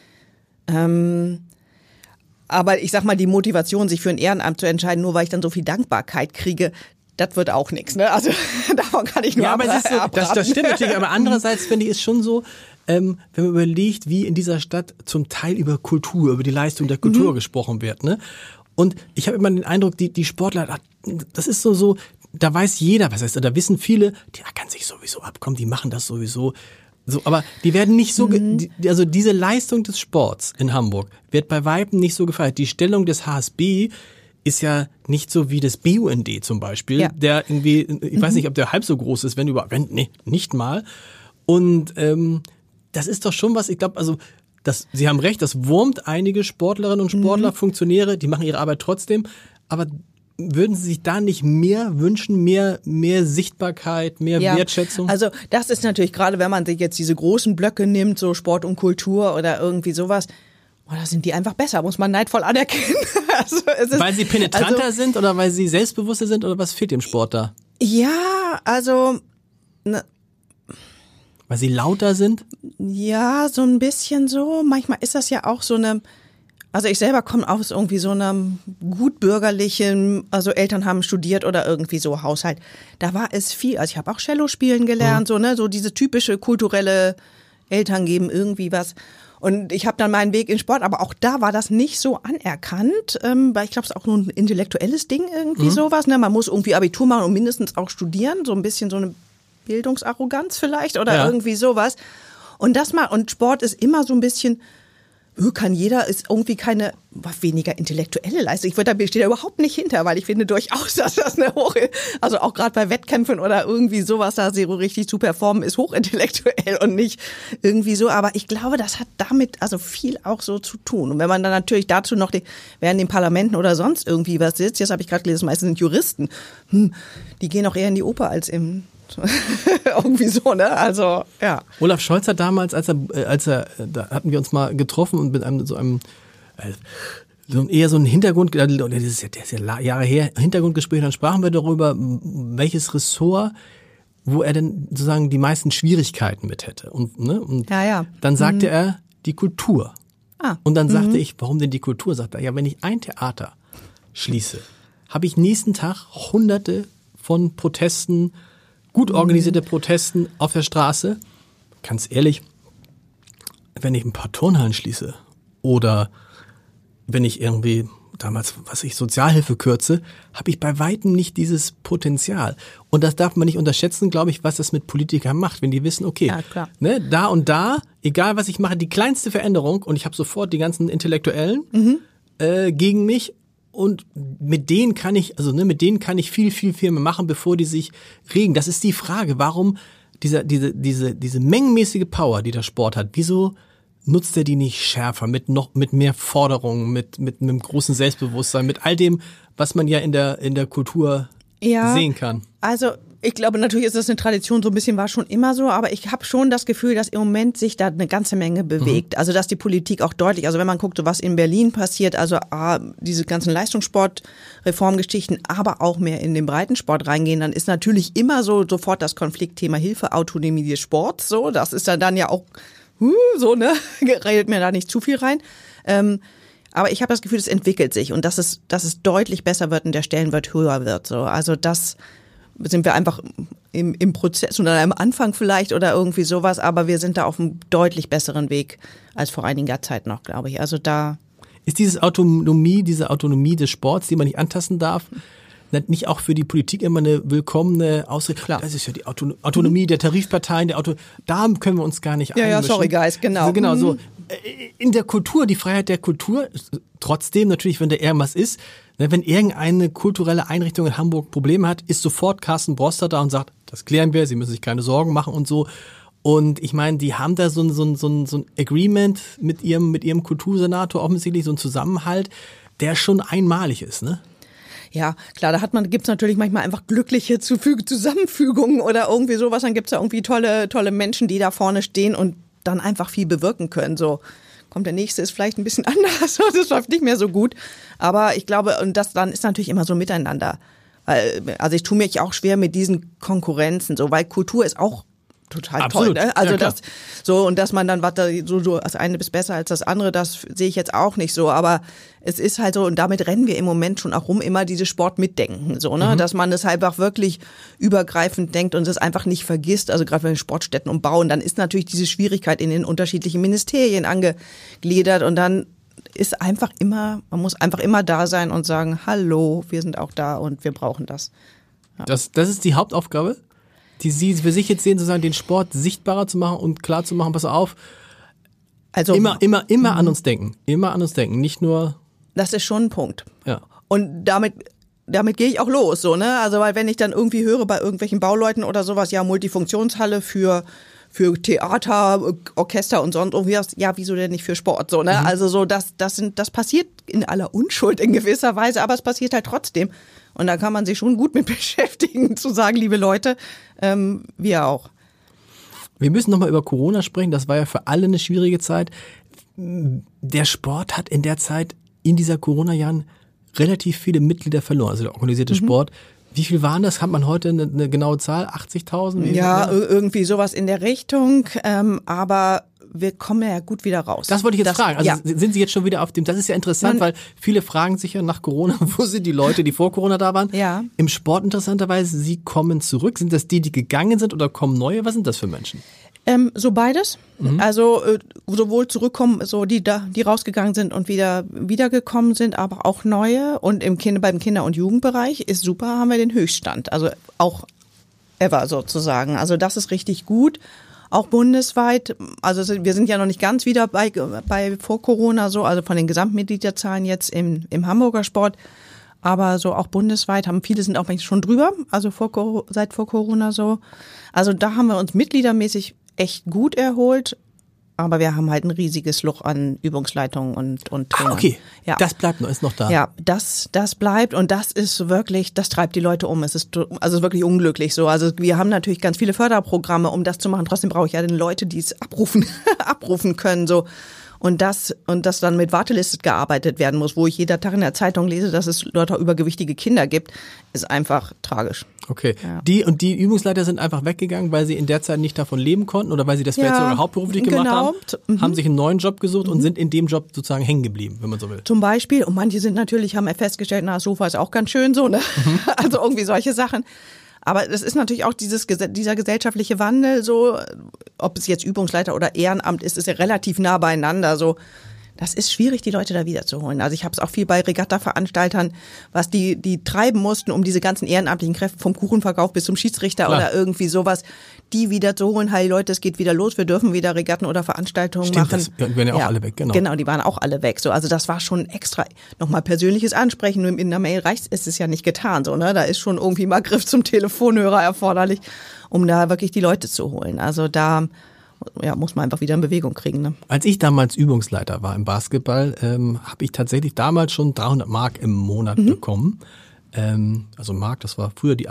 ähm, Aber ich sag mal, die Motivation, sich für ein Ehrenamt zu entscheiden, nur weil ich dann so viel Dankbarkeit kriege, das wird auch nichts, ne? Also davon kann ich nur ja, aber es ist so, das, das stimmt natürlich. Aber andererseits finde ich es schon so, ähm, wenn man überlegt, wie in dieser Stadt zum Teil über Kultur, über die Leistung der Kultur mhm. gesprochen wird, ne? Und ich habe immer den Eindruck, die die Sportler, das ist so so, da weiß jeder, was heißt, da wissen viele, die kann sich sowieso abkommen, die machen das sowieso. So, aber die werden nicht so, mhm. ge- die, also diese Leistung des Sports in Hamburg wird bei Weitem nicht so gefeiert. Die Stellung des H S B ist ja nicht so wie das B U N D zum Beispiel, ja. der irgendwie, ich mhm. weiß nicht, ob der halb so groß ist, wenn überhaupt, wenn, nee, nicht mal. Und ähm, das ist doch schon was, ich glaube, also das, Sie haben recht, das wurmt einige Sportlerinnen und Sportler, mhm. Funktionäre, die machen ihre Arbeit trotzdem, aber würden Sie sich da nicht mehr wünschen, mehr, mehr Sichtbarkeit, mehr ja, Wertschätzung? Also das ist natürlich gerade, wenn man sich jetzt diese großen Blöcke nimmt, so Sport und Kultur oder irgendwie sowas, oh, da sind die einfach besser, muss man neidvoll anerkennen. Also es ist, weil sie penetranter also, sind oder weil sie selbstbewusster sind oder was fehlt dem Sport da? Ja, also ne, weil sie lauter sind? Ja, so ein bisschen so. Manchmal ist das ja auch so eine, also ich selber komme aus irgendwie so einem gutbürgerlichen, also Eltern haben studiert oder irgendwie so Haushalt. Da war es viel, also ich habe auch Cello spielen gelernt, mhm. so ne, so diese typische kulturelle Eltern geben irgendwie was. Und ich habe dann meinen Weg in Sport, aber auch da war das nicht so anerkannt, ähm, weil ich glaube, es ist auch nur ein intellektuelles Ding irgendwie mhm. sowas. Ne? Man muss irgendwie Abitur machen und mindestens auch studieren, so ein bisschen so eine Bildungsarroganz vielleicht oder ja. irgendwie sowas. Und das mal und Sport ist immer so ein bisschen, kann jeder, ist irgendwie keine weniger intellektuelle Leistung. Ich würde da steht da überhaupt nicht hinter, weil ich finde durchaus, dass das eine hohe, also auch gerade bei Wettkämpfen oder irgendwie sowas da so richtig zu performen, ist hochintellektuell und nicht irgendwie so. Aber ich glaube, das hat damit also viel auch so zu tun. Und wenn man dann natürlich dazu noch die, während den Parlamenten oder sonst irgendwie was sitzt, jetzt habe ich gerade gelesen, meistens sind Juristen, hm, die gehen auch eher in die Oper als im irgendwie so, ne? Also, ja. Olaf Scholz hat damals, als er, als er, da hatten wir uns mal getroffen und mit einem so einem so eher so ein Hintergrund, das ist ja, das ist ja Jahre her, Hintergrundgespräch, dann sprachen wir darüber, welches Ressort, wo er denn sozusagen die meisten Schwierigkeiten mit hätte. Und, ne? Und ja, ja. dann sagte mhm. er die Kultur. Ah. Und dann sagte mhm. ich, warum denn die Kultur? Sagt er, ja, wenn ich ein Theater schließe, habe ich nächsten Tag hunderte von Protesten, gut organisierte Protesten auf der Straße. Ganz ehrlich, wenn ich ein paar Turnhallen schließe oder wenn ich irgendwie damals, was ich, Sozialhilfe kürze, habe ich bei weitem nicht dieses Potenzial. Und das darf man nicht unterschätzen, glaube ich, was das mit Politikern macht, wenn die wissen, okay, ja, klar. Ne, da und da, egal was ich mache, die kleinste Veränderung und ich habe sofort die ganzen Intellektuellen mhm. äh, gegen mich. Und mit denen kann ich, also ne, mit denen kann ich viel, viel, viel mehr machen, bevor die sich regen. Das ist die Frage, warum dieser, diese, diese, diese mengenmäßige Power, die der Sport hat, wieso nutzt er die nicht schärfer, mit noch, mit mehr Forderungen, mit, mit einem großen Selbstbewusstsein, mit all dem, was man ja in der, in der Kultur ja, sehen kann? Also, ich glaube, natürlich ist das eine Tradition, so ein bisschen war schon immer so, aber ich habe schon das Gefühl, dass im Moment sich da eine ganze Menge bewegt. Mhm. Also, dass die Politik auch deutlich, also wenn man guckt, so was in Berlin passiert, also ah, diese ganzen Leistungssport-Reformgeschichten, aber auch mehr in den Breitensport reingehen, dann ist natürlich immer so sofort das Konfliktthema Hilfe, Autonomie des Sports, so, das ist dann, dann ja auch huh, so, ne, redet mir da nicht zu viel rein. Ähm, aber ich habe das Gefühl, es entwickelt sich und dass es, dass es deutlich besser wird und der Stellenwert höher wird, so. Also das sind wir einfach im, im Prozess oder am Anfang vielleicht oder irgendwie sowas, aber wir sind da auf einem deutlich besseren Weg als vor einiger Zeit noch, glaube ich. Also da ist dieses Autonomie, diese Autonomie des Sports, die man nicht antasten darf, nicht auch für die Politik immer eine willkommene Ausrede? Klar. Das ist ja die Auto- Autonomie mhm. der Tarifparteien, der Auto, da können wir uns gar nicht ja, einmischen. Ja, sorry guys, genau. Also genau, mhm. so in der Kultur, die Freiheit der Kultur, trotzdem natürlich, wenn da irgendwas ist, wenn irgendeine kulturelle Einrichtung in Hamburg Probleme hat, ist sofort Carsten Broster da und sagt, das klären wir, Sie müssen sich keine Sorgen machen und so. Und ich meine, die haben da so ein, so ein, so ein, so ein Agreement mit ihrem, mit ihrem Kultursenator, offensichtlich so ein Zusammenhalt, der schon einmalig ist, ne? Ja, klar, da hat man, gibt's natürlich manchmal einfach glückliche Zusammenfügungen oder irgendwie sowas. Dann gibt's ja irgendwie tolle, tolle Menschen, die da vorne stehen und dann einfach viel bewirken können. So kommt der nächste, ist vielleicht ein bisschen anders, das läuft nicht mehr so gut. Aber ich glaube, und das dann ist natürlich immer so miteinander. Also ich tue mich auch schwer mit diesen Konkurrenzen, so, weil Kultur ist auch total Absolut. toll, ne? Also ja, das so und dass man dann was da so, so das eine ist besser als das andere, das sehe ich jetzt auch nicht so, aber es ist halt so und damit rennen wir im Moment schon auch rum, immer diese Sport mitdenken, so, ne, mhm. dass man es halt einfach wirklich übergreifend denkt und es einfach nicht vergisst, also gerade bei den Sportstätten und Bauen, dann ist natürlich diese Schwierigkeit in den unterschiedlichen Ministerien angegliedert und dann ist einfach immer, man muss einfach immer da sein und sagen, hallo, wir sind auch da und wir brauchen das. Ja. Das, das ist die Hauptaufgabe? die sie für sich jetzt sehen, sozusagen den Sport sichtbarer zu machen und klar zu machen, pass auf, also immer, immer, immer an uns denken, immer an uns denken, nicht nur. Das ist schon ein Punkt. Ja. Und damit, damit gehe ich auch los, so, ne? Also, weil wenn ich dann irgendwie höre bei irgendwelchen Bauleuten oder sowas, ja, Multifunktionshalle für, für Theater, Orchester und sonst irgendwie was, ja, wieso denn nicht für Sport, so, ne? Mhm. Also, so, das, das sind, das passiert in aller Unschuld in gewisser Weise, aber es passiert halt trotzdem. Und da kann man sich schon gut mit beschäftigen, zu sagen, liebe Leute, ähm, wir auch. Wir müssen nochmal über Corona sprechen, das war ja für alle eine schwierige Zeit. Der Sport hat in der Zeit, in dieser Corona-Jahren, relativ viele Mitglieder verloren, also der organisierte mhm. Sport. Wie viel waren das? Hat man heute eine, eine genaue Zahl? achtzigtausend? Ja, ja, irgendwie sowas in der Richtung, ähm, aber wir kommen ja gut wieder raus. Das wollte ich jetzt das, fragen. Also ja. sind Sie jetzt schon wieder auf dem, das ist ja interessant, Man, weil viele fragen sich ja nach Corona, wo sind die Leute, die vor Corona da waren? Ja. Im Sport interessanterweise, Sie kommen zurück. Sind das die, die gegangen sind oder kommen neue? Was sind das für Menschen? Ähm, so beides. Mhm. Also äh, sowohl zurückkommen, so die da, die rausgegangen sind und wieder wiedergekommen sind, aber auch neue. Und im Kinder, beim Kinder- und Jugendbereich ist super, haben wir den Höchststand. Also auch ever sozusagen. Also das ist richtig gut. Auch bundesweit, also wir sind ja noch nicht ganz wieder bei, bei vor Corona so, also von den Gesamtmitgliederzahlen jetzt im, im Hamburger Sport, aber so auch bundesweit haben viele sind auch schon drüber, also vor, seit vor Corona so. Also da haben wir uns mitgliedermäßig echt gut erholt, aber wir haben halt ein riesiges Loch an Übungsleitungen und und Trainern. Ah, okay. Ja. Das bleibt noch, ist noch da. Ja, das das bleibt und das ist wirklich, das treibt die Leute um. Es ist also wirklich unglücklich so. Also wir haben natürlich ganz viele Förderprogramme, um das zu machen. Trotzdem brauche ich ja den Leute, die es abrufen abrufen können so. Und das, und das dann mit Warteliste gearbeitet werden muss, wo ich jeder Tag in der Zeitung lese, dass es dort übergewichtige Kinder gibt, ist einfach tragisch. Okay. Ja. Die und die Übungsleiter sind einfach weggegangen, weil sie in der Zeit nicht davon leben konnten oder weil sie das ja, vielleicht sogar hauptberuflich gemacht genau. haben, mhm. haben sich einen neuen Job gesucht mhm. und sind in dem Job sozusagen hängen geblieben, wenn man so will. Zum Beispiel, und manche sind natürlich, haben festgestellt, na, das Sofa ist auch ganz schön so, ne? Mhm. Also irgendwie solche Sachen. Aber es ist natürlich auch dieses, dieser gesellschaftliche Wandel, so, ob es jetzt Übungsleiter oder Ehrenamt ist, ist ja relativ nah beieinander, so. Das ist schwierig, die Leute da wiederzuholen. Also ich habe es auch viel bei Regatta-Veranstaltern, was die die treiben mussten, um diese ganzen ehrenamtlichen Kräfte vom Kuchenverkauf bis zum Schiedsrichter Klar. oder irgendwie sowas, die wieder zu holen. Hey Leute, es geht wieder los, wir dürfen wieder Regatten oder Veranstaltungen Stimmt, machen. Das werden ja auch ja, alle weg, genau. Genau, die waren auch alle weg. So, also das war schon extra nochmal persönliches Ansprechen. Nur in der Mail reicht ist es ja nicht getan. So, ne? Da ist schon irgendwie mal Griff zum Telefonhörer erforderlich, um da wirklich die Leute zu holen. Also da ja, muss man einfach wieder in Bewegung kriegen. Ne? Als ich damals Übungsleiter war im Basketball, ähm, habe ich tatsächlich damals schon dreihundert Mark im Monat mhm. bekommen. Ähm, also Mark, das war früher die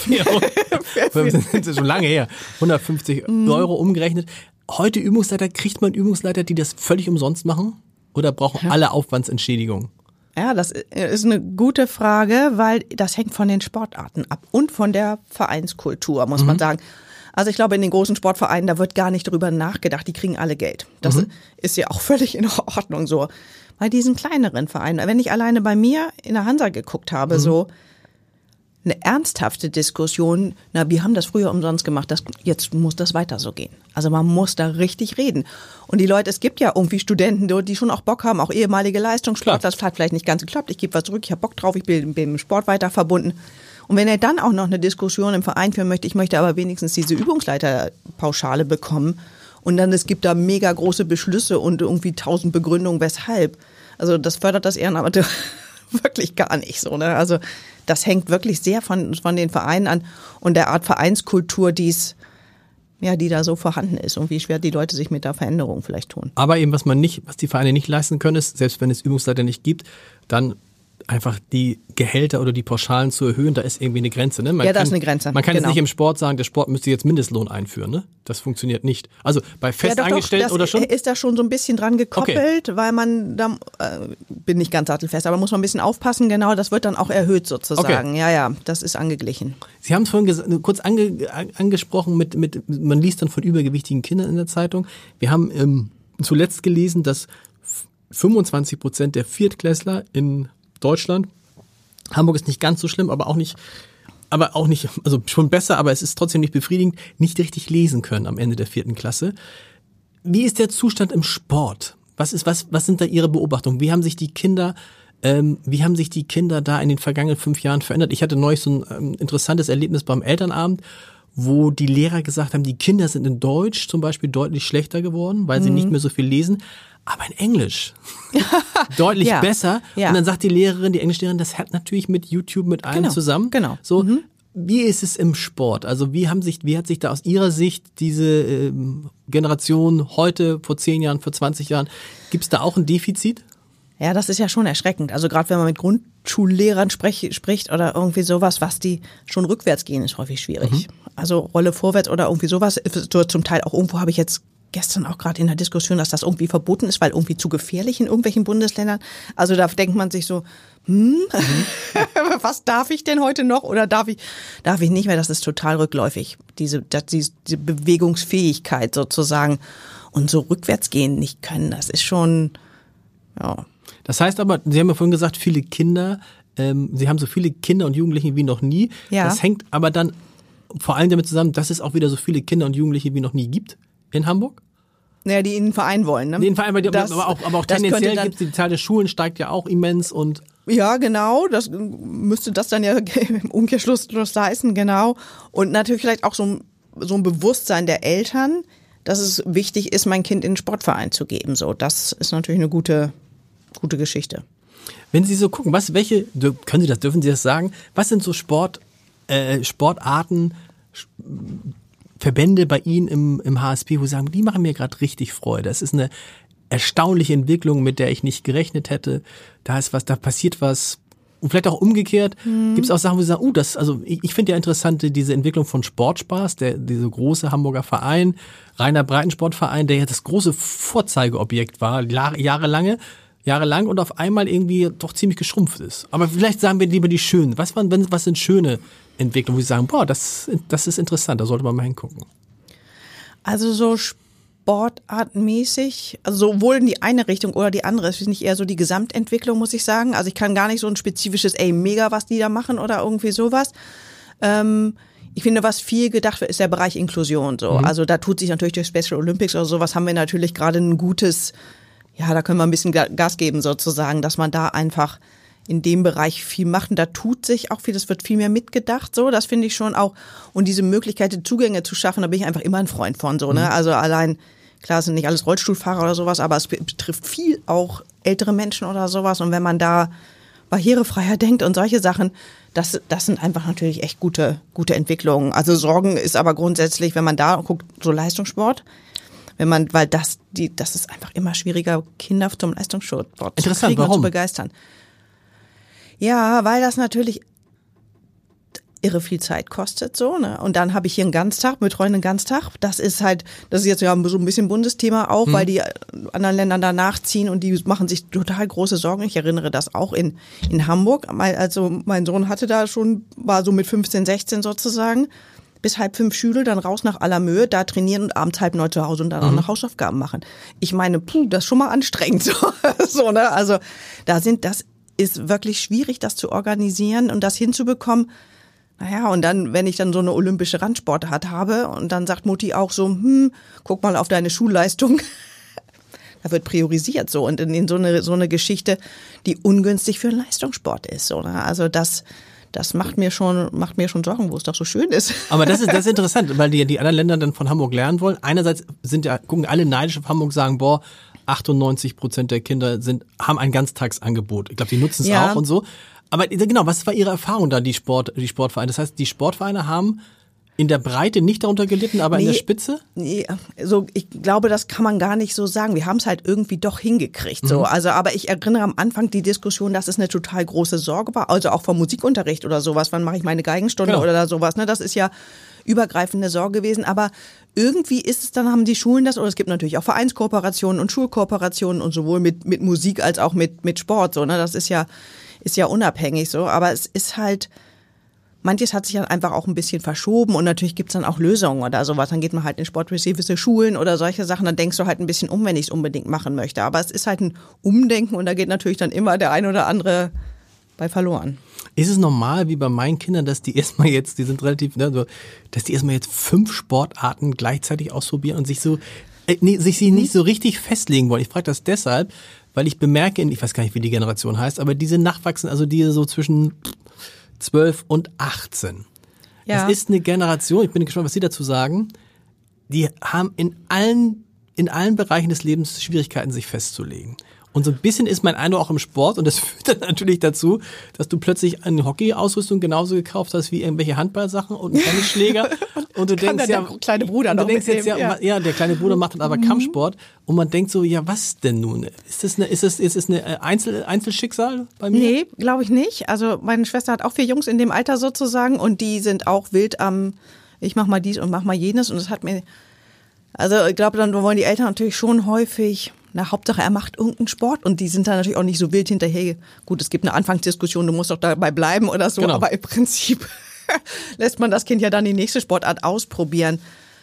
das ist schon lange her, hundertfünfzig mhm. Euro umgerechnet. Heute Übungsleiter, kriegt man Übungsleiter, die das völlig umsonst machen? Oder brauchen ja. alle Aufwandsentschädigung? Ja, das ist eine gute Frage, weil das hängt von den Sportarten ab und von der Vereinskultur, muss mhm. man sagen. Also ich glaube, in den großen Sportvereinen, da wird gar nicht drüber nachgedacht, die kriegen alle Geld. Das mhm. ist ja auch völlig in Ordnung so. Bei diesen kleineren Vereinen, wenn ich alleine bei mir in der Hansa geguckt habe, mhm. so eine ernsthafte Diskussion, na, wir haben das früher umsonst gemacht, das, jetzt muss das weiter so gehen. Also man muss da richtig reden. Und die Leute, es gibt ja irgendwie Studenten, die schon auch Bock haben, auch ehemalige Leistungssportler, das hat vielleicht nicht ganz geklappt, ich gebe was zurück, ich habe Bock drauf, ich bin, bin im Sport weiter verbunden. Und wenn er dann auch noch eine Diskussion im Verein führen möchte, ich möchte aber wenigstens diese Übungsleiterpauschale bekommen und dann es gibt da mega große Beschlüsse und irgendwie tausend Begründungen, weshalb. Also das fördert das Ehrenamt wirklich gar nicht so, ne? Also das hängt wirklich sehr von von den Vereinen an und der Art Vereinskultur, die's ja, die da so vorhanden ist und wie schwer die Leute sich mit der Veränderung vielleicht tun. Aber eben was man nicht, was die Vereine nicht leisten können, ist, selbst wenn es Übungsleiter nicht gibt, dann einfach die Gehälter oder die Pauschalen zu erhöhen, da ist irgendwie eine Grenze. Ne? Man ja, da kann, ist eine Grenze. Man kann genau. jetzt nicht im Sport sagen, der Sport müsste jetzt Mindestlohn einführen. Ne? Das funktioniert nicht. Also bei Festangestellten ja, oder schon? Ist da schon so ein bisschen dran gekoppelt, okay. weil man, da äh, bin nicht ganz sattelfest, aber muss man ein bisschen aufpassen, genau, das wird dann auch erhöht sozusagen. Okay. Ja, ja, das ist angeglichen. Sie haben es vorhin ges- kurz ange- angesprochen, mit, mit, man liest dann von übergewichtigen Kindern in der Zeitung. Wir haben ähm, zuletzt gelesen, dass fünfundzwanzig Prozent der Viertklässler in Deutschland, Hamburg ist nicht ganz so schlimm, aber auch nicht, aber auch nicht, also schon besser, aber es ist trotzdem nicht befriedigend, nicht richtig lesen können am Ende der vierten Klasse. Wie ist der Zustand im Sport? Was ist, was, was sind da Ihre Beobachtungen? Wie haben sich die Kinder, ähm, wie haben sich die Kinder da in den vergangenen fünf Jahren verändert? Ich hatte neulich so ein ähm, interessantes Erlebnis beim Elternabend, wo die Lehrer gesagt haben, die Kinder sind in Deutsch zum Beispiel deutlich schlechter geworden, weil sie mhm. nicht mehr so viel lesen. Aber in Englisch deutlich ja. besser. Ja. Und dann sagt die Lehrerin, die Englischlehrerin, das hat natürlich mit YouTube, mit allem genau. zusammen. Genau. So, mhm. wie ist es im Sport? Also wie haben sich, wie hat sich da aus Ihrer Sicht diese ähm, Generation heute, vor zehn Jahren, vor zwanzig Jahren, gibt es da auch ein Defizit? Ja, das ist ja schon erschreckend. Also gerade wenn man mit Grundschullehrern sprech, spricht oder irgendwie sowas, was die schon rückwärts gehen, ist häufig schwierig. Mhm. Also Rolle vorwärts oder irgendwie sowas. Zum Teil auch irgendwo habe ich jetzt gestern auch gerade in der Diskussion, dass das irgendwie verboten ist, weil irgendwie zu gefährlich in irgendwelchen Bundesländern. Also da denkt man sich so, hm, mhm. was darf ich denn heute noch oder darf ich, darf ich nicht mehr? Das ist total rückläufig, diese, das, diese Bewegungsfähigkeit sozusagen. Und so rückwärts gehen nicht können, das ist schon, ja. Das heißt aber, Sie haben ja vorhin gesagt, viele Kinder, ähm, Sie haben so viele Kinder und Jugendliche wie noch nie. Ja. Das hängt aber dann vor allem damit zusammen, dass es auch wieder so viele Kinder und Jugendliche wie noch nie gibt in Hamburg? Naja, die in den Verein wollen, ne? In den Verein, aber, das, aber auch, aber auch tendenziell gibt es die Zahl der Schulen steigt ja auch immens und ja, genau, das müsste das dann ja im Umkehrschluss heißen, genau. Und natürlich vielleicht auch so ein, so ein Bewusstsein der Eltern, dass es wichtig ist, mein Kind in den Sportverein zu geben. So, das ist natürlich eine gute Gute Geschichte. Wenn Sie so gucken, was, welche, können Sie das, dürfen Sie das sagen? Was sind so Sport, äh, Sportarten, Verbände bei Ihnen im, im H S P, wo Sie sagen, die machen mir gerade richtig Freude. Das ist eine erstaunliche Entwicklung, mit der ich nicht gerechnet hätte. Da ist was, da passiert was. Und vielleicht auch umgekehrt, mhm. gibt es auch Sachen, wo Sie sagen, uh, das, also ich, ich finde ja interessant, diese Entwicklung von Sportspaß, der, diese große Hamburger Verein, Rainer Breitensportverein, der ja das große Vorzeigeobjekt war, jahrelange. jahrelang und auf einmal irgendwie doch ziemlich geschrumpft ist. Aber vielleicht sagen wir lieber die schönen. Was, waren, was sind schöne Entwicklungen, wo Sie sagen, boah, das, das ist interessant, da sollte man mal hingucken. Also so sportartmäßig, also sowohl in die eine Richtung oder die andere, es ist nicht eher so die Gesamtentwicklung, muss ich sagen. Also ich kann gar nicht so ein spezifisches, ey, mega, was die da machen oder irgendwie sowas. Ähm, Ich finde, was viel gedacht wird, ist der Bereich Inklusion. So. Mhm. Also da tut sich natürlich durch Special Olympics oder sowas, haben wir natürlich gerade ein gutes, ja, da können wir ein bisschen Gas geben sozusagen, dass man da einfach in dem Bereich viel macht. Und da tut sich auch viel, das wird viel mehr mitgedacht, so, das finde ich schon auch. Und diese Möglichkeit, die Zugänge zu schaffen, da bin ich einfach immer ein Freund von, so, ne. Also allein, klar sind nicht alles Rollstuhlfahrer oder sowas, aber es betrifft viel auch ältere Menschen oder sowas. Und wenn man da barrierefreier denkt und solche Sachen, das, das sind einfach natürlich echt gute, gute Entwicklungen. Also Sorgen ist aber grundsätzlich, wenn man da guckt, so Leistungssport, wenn man, weil das, die, das ist einfach immer schwieriger, Kinder zum Leistungssport zu kriegen warum? und zu begeistern. Ja, weil das natürlich irre viel Zeit kostet, so, ne? Und dann habe ich hier einen Ganztag, betreuen einen Ganztag. Das ist halt, das ist jetzt ja so ein bisschen Bundesthema auch, hm. weil die anderen Länder da nachziehen und die machen sich total große Sorgen. Ich erinnere das auch in, in Hamburg. Also mein Sohn hatte da schon, war so mit fünfzehn, sechzehn sozusagen, bis halb fünf Schule, dann raus nach Allermöhe, da trainieren und abends halb neun zu Hause und dann mhm. auch noch Hausaufgaben machen. Ich meine, puh, das ist schon mal anstrengend, so, so, ne? Also da sind, das ist wirklich schwierig, das zu organisieren und das hinzubekommen. Naja, und dann, wenn ich dann so eine olympische Randsportart habe und dann sagt Mutti auch so, hm, guck mal auf deine Schulleistung. Da wird priorisiert so und in, in so eine so eine Geschichte, die ungünstig für den Leistungssport ist, so, ne? Also das Das macht mir schon, macht mir schon Sorgen, wo es doch so schön ist. Aber das ist, das ist interessant, weil die, die anderen Länder dann von Hamburg lernen wollen. Einerseits sind ja, gucken alle neidisch auf Hamburg, sagen, boah, achtundneunzig Prozent der Kinder sind, haben ein Ganztagsangebot. Ich glaube, die nutzen es ja auch und so. Aber genau, was war Ihre Erfahrung da, die Sport, die Sportvereine? Das heißt, die Sportvereine haben in der Breite nicht darunter gelitten, aber nee, in der Spitze? Nee, also ich glaube, das kann man gar nicht so sagen. Wir haben es halt irgendwie doch hingekriegt. So. Mhm. Also, aber ich erinnere am Anfang die Diskussion, dass es eine total große Sorge war. Also auch vom Musikunterricht oder sowas. Wann mache ich meine Geigenstunde genau. oder sowas? Ne? Das ist ja übergreifende Sorge gewesen. Aber irgendwie ist es dann, haben die Schulen das, oder es gibt natürlich auch Vereinskooperationen und Schulkooperationen und sowohl mit, mit Musik als auch mit, mit Sport. So, ne? Das ist ja, ist ja unabhängig so. Aber es ist halt, manches hat sich dann einfach auch ein bisschen verschoben und natürlich gibt's dann auch Lösungen oder sowas. Dann geht man halt in sportspezifische Schulen oder solche Sachen, dann denkst du halt ein bisschen um, wenn ich es unbedingt machen möchte. Aber es ist halt ein Umdenken und da geht natürlich dann immer der ein oder andere bei verloren. Ist es normal, wie bei meinen Kindern, dass die erstmal jetzt, die sind relativ, ne, so, dass die erstmal jetzt fünf Sportarten gleichzeitig ausprobieren und sich so, äh, nee, sich sie nicht so richtig festlegen wollen? Ich frage das deshalb, weil ich bemerke, ich weiß gar nicht, wie die Generation heißt, aber diese Nachwachsen, also die so zwischen zwölf und achtzehn. Ja. Das ist eine Generation, ich bin gespannt, was Sie dazu sagen, die haben in allen, in allen Bereichen des Lebens Schwierigkeiten, sich festzulegen. Und so ein bisschen ist mein Eindruck auch im Sport und das führt dann natürlich dazu, dass du plötzlich eine Hockey-Ausrüstung genauso gekauft hast wie irgendwelche Handballsachen und einen Tennisschläger und du denkst ja, der kleine Bruder du noch denkst jetzt ja, ja. ja, der kleine Bruder macht dann aber mhm. Kampfsport und man denkt so, ja, was denn nun? Ist das eine, ist das, ist das eine Einzel, Einzelschicksal bei mir? Nee, glaube ich nicht. Also meine Schwester hat auch vier Jungs in dem Alter sozusagen und die sind auch wild am, ich mach mal dies und mach mal jenes und das hat mir, also ich glaube, dann wollen die Eltern natürlich schon häufig, na, Hauptsache er macht irgendeinen Sport und die sind da natürlich auch nicht so wild hinterher. Gut, es gibt eine Anfangsdiskussion, du musst doch dabei bleiben oder so, genau. Aber im Prinzip lässt man das Kind ja dann die nächste Sportart ausprobieren.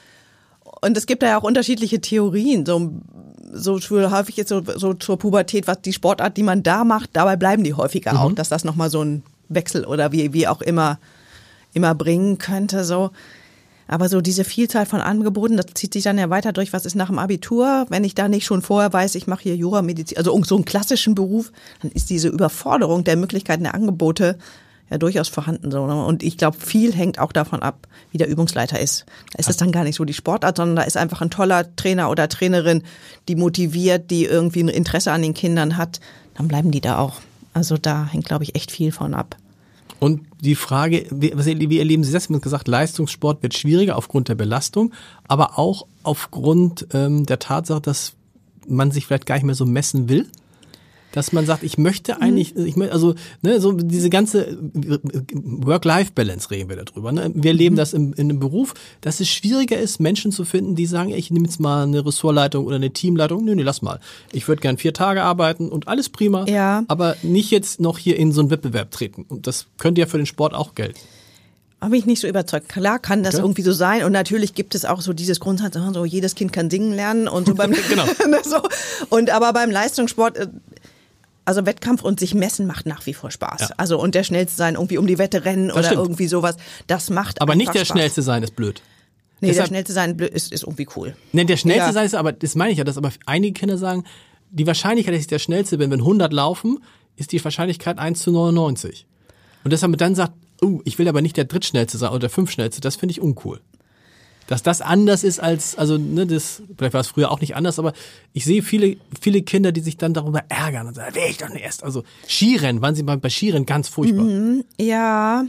Und es gibt da ja auch unterschiedliche Theorien, so, so häufig jetzt so, so zur Pubertät, was die Sportart, die man da macht, dabei bleiben die häufiger mhm. auch, dass das nochmal so ein Wechsel oder wie, wie auch immer, immer bringen könnte, so. Aber so diese Vielzahl von Angeboten, das zieht sich dann ja weiter durch, was ist nach dem Abitur, wenn ich da nicht schon vorher weiß, ich mache hier Jura, Medizin, also so einen klassischen Beruf, dann ist diese Überforderung der Möglichkeiten der Angebote ja durchaus vorhanden. So, ne? Und ich glaube, viel hängt auch davon ab, wie der Übungsleiter ist. Da ist es dann gar nicht so die Sportart, sondern da ist einfach ein toller Trainer oder Trainerin, die motiviert, die irgendwie ein Interesse an den Kindern hat, dann bleiben die da auch. Also da hängt, glaube ich, echt viel von ab. Und die Frage, wie, wie erleben Sie das? Sie haben gesagt, Leistungssport wird schwieriger aufgrund der Belastung, aber auch aufgrund ähm, der Tatsache, dass man sich vielleicht gar nicht mehr so messen will. Dass man sagt, ich möchte eigentlich, ich möchte, also ne, so diese ganze Work-Life-Balance reden wir darüber. Ne? Wir erleben das im, in einem Beruf, dass es schwieriger ist, Menschen zu finden, die sagen, ich nehme jetzt mal eine Ressortleitung oder eine Teamleitung. Nee, nee, lass mal. Ich würde gern vier Tage arbeiten und alles prima, ja. aber nicht jetzt noch hier in so einen Wettbewerb treten. Und das könnte ja für den Sport auch gelten. Habe ich nicht so überzeugt. Klar kann das okay. irgendwie so sein und natürlich gibt es auch so dieses Grundsatz, so jedes Kind kann singen lernen und so beim genau. so. Und aber beim Leistungssport, also Wettkampf und sich messen macht nach wie vor Spaß. Ja. Also und der Schnellste sein, irgendwie um die Wette rennen das oder stimmt. irgendwie sowas, das macht aber nicht der Spaß. Schnellste sein ist blöd. Nee, Deshalb, der Schnellste sein ist, ist irgendwie cool. Nee, der Schnellste ja. sein ist, aber das meine ich ja, dass aber einige Kinder sagen, die Wahrscheinlichkeit, dass ich der Schnellste bin, wenn hundert laufen, ist die Wahrscheinlichkeit eins zu neunundneunzig. Und deshalb dann sagt, oh, ich will aber nicht der Drittschnellste sein oder der Fünfschnellste, das finde ich uncool. Dass das anders ist als, also ne, das, vielleicht war es früher auch nicht anders, aber ich sehe viele, viele Kinder, die sich dann darüber ärgern und sagen, will ich doch nicht erst. Also Skirennen, waren sie bei, bei Skirennen ganz furchtbar. Mhm, ja,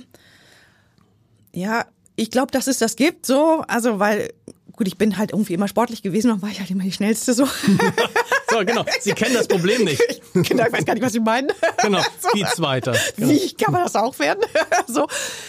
ja, ich glaube, dass es das gibt, so, also weil, gut, ich bin halt irgendwie immer sportlich gewesen und war ich halt immer die Schnellste, so. So, genau, Sie kennen das Problem nicht. Genau, ich weiß gar nicht, was Sie meinen. Genau, so. wie Zweiter. Genau. Wie kann man das auch werden? So,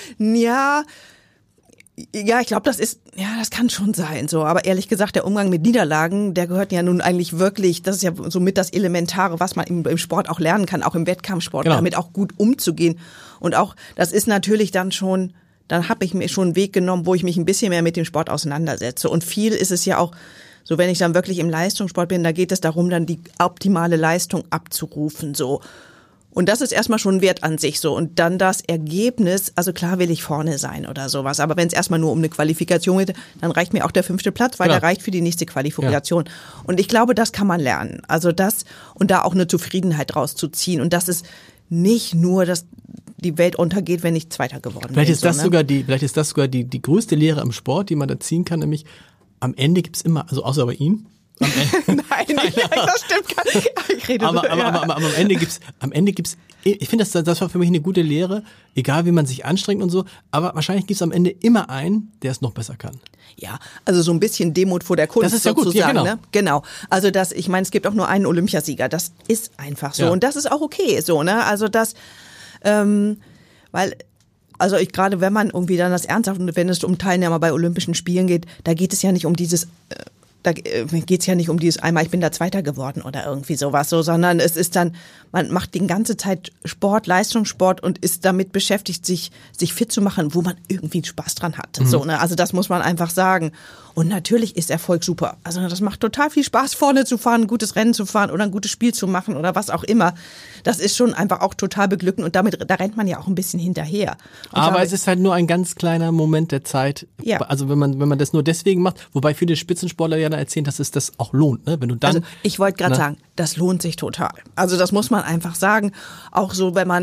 ja, Ja, ich glaube, das ist, ja, das kann schon sein, so. Aber ehrlich gesagt, der Umgang mit Niederlagen, der gehört ja nun eigentlich wirklich, das ist ja so mit das Elementare, was man im, im Sport auch lernen kann, auch im Wettkampfsport, genau. damit auch gut umzugehen. Und auch, das ist natürlich dann schon, dann habe ich mir schon einen Weg genommen, wo ich mich ein bisschen mehr mit dem Sport auseinandersetze. Und viel ist es ja auch, so wenn ich dann wirklich im Leistungssport bin, da geht es darum, dann die optimale Leistung abzurufen, so. Und das ist erstmal schon ein Wert an sich so. Und dann das Ergebnis, also klar will ich vorne sein oder sowas, aber wenn es erstmal nur um eine Qualifikation geht, dann reicht mir auch der fünfte Platz, weil ja. der reicht für die nächste Qualifikation. Ja. Und ich glaube, das kann man lernen. Also das und da auch eine Zufriedenheit rauszuziehen. Und das ist nicht nur, dass die Welt untergeht, wenn ich Zweiter geworden vielleicht bin. Ist das so, ne? sogar die, vielleicht ist das sogar die, die größte Lehre im Sport, die man da ziehen kann, nämlich am Ende gibt's immer, also außer bei Ihnen, am Ende, Nein, nicht, das stimmt gar nicht. Ich rede aber, so, aber, ja. aber, aber, aber am Ende gibt's, am Ende gibt's, ich finde, das, das war für mich eine gute Lehre, egal wie man sich anstrengt und so, aber wahrscheinlich gibt's am Ende immer einen, der es noch besser kann. Ja, also so ein bisschen Demut vor der Kunst das ist ja sozusagen. Gut. Ja, genau. Ne? Genau. Also das, ich meine, es gibt auch nur einen Olympiasieger. Das ist einfach so. Ja. Und das ist auch okay so, ne? Also das, ähm, weil, also ich gerade wenn man irgendwie dann das ernsthaft, wenn es um Teilnehmer bei Olympischen Spielen geht, da geht es ja nicht um dieses, äh, da geht's ja nicht um dieses einmal, ich bin da Zweiter geworden oder irgendwie sowas, so, sondern es ist dann, man macht die ganze Zeit Sport, Leistungssport und ist damit beschäftigt, sich sich fit zu machen, wo man irgendwie Spaß dran hat. Mhm. So, ne? Also das muss man einfach sagen. Und natürlich ist Erfolg super. Also das macht total viel Spaß, vorne zu fahren, ein gutes Rennen zu fahren oder ein gutes Spiel zu machen oder was auch immer. Das ist schon einfach auch total beglückend und damit, da rennt man ja auch ein bisschen hinterher. Und aber glaube, es ist halt nur ein ganz kleiner Moment der Zeit. Ja. Also wenn man, wenn man das nur deswegen macht, wobei viele Spitzensportler ja erzählen, dass es das auch lohnt, ne? Wenn du dann. Also ich wollte gerade sagen, das lohnt sich total. Also das muss man einfach sagen. Auch so, wenn man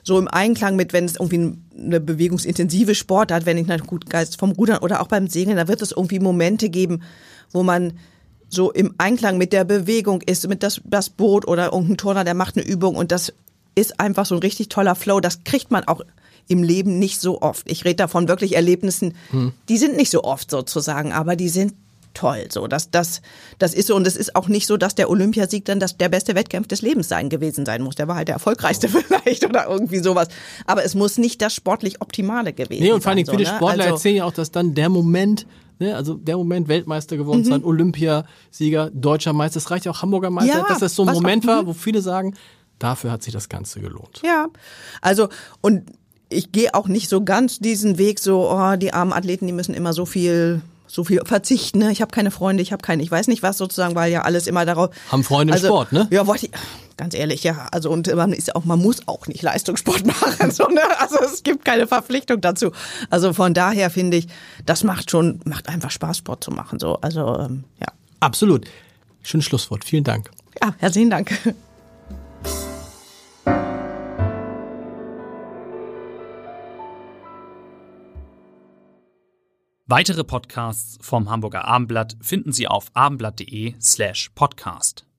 so im Einklang mit, wenn es irgendwie eine bewegungsintensive Sportart, wenn ich na gut Geist vom Rudern oder auch beim Segeln, da wird es irgendwie Momente geben, wo man so im Einklang mit der Bewegung ist, mit das, das Boot oder irgendein Turner, der macht eine Übung und das ist einfach so ein richtig toller Flow. Das kriegt man auch im Leben nicht so oft. Ich rede davon wirklich Erlebnissen, hm. die sind nicht so oft sozusagen, aber die sind toll. So, das, das, das ist so und es ist auch nicht so, dass der Olympiasieg dann das, der beste Wettkampf des Lebens sein gewesen sein muss. Der war halt der erfolgreichste vielleicht oder irgendwie sowas. Aber es muss nicht das sportlich Optimale gewesen sein. Nee, und vor allem so, viele ne? Sportler also, erzählen ja auch, dass dann der Moment, ne, also der Moment Weltmeister geworden sein, mhm. Olympiasieger, deutscher Meister, das reicht ja auch Hamburger Meister, ja, dass das so ein Moment auch, war, wo viele sagen, dafür hat sich das Ganze gelohnt. Ja, also und ich gehe auch nicht so ganz diesen Weg, so oh, die armen Athleten, die müssen immer so viel so viel verzichten. Ne? Ich habe keine Freunde, ich habe keine, ich weiß nicht was sozusagen, weil ja alles immer darauf. Haben Freunde also, im Sport, ne? Ja, wollte ich. Ganz ehrlich, ja. Also und man ist auch, man muss auch nicht Leistungssport machen, so, ne? Also es gibt keine Verpflichtung dazu. Also von daher finde ich, das macht schon, macht einfach Spaß, Sport zu machen. So, also ähm, ja. Absolut. Schönes Schlusswort. Vielen Dank. Ja, herzlichen Dank. Weitere Podcasts vom Hamburger Abendblatt finden Sie auf abendblatt.de slash podcast.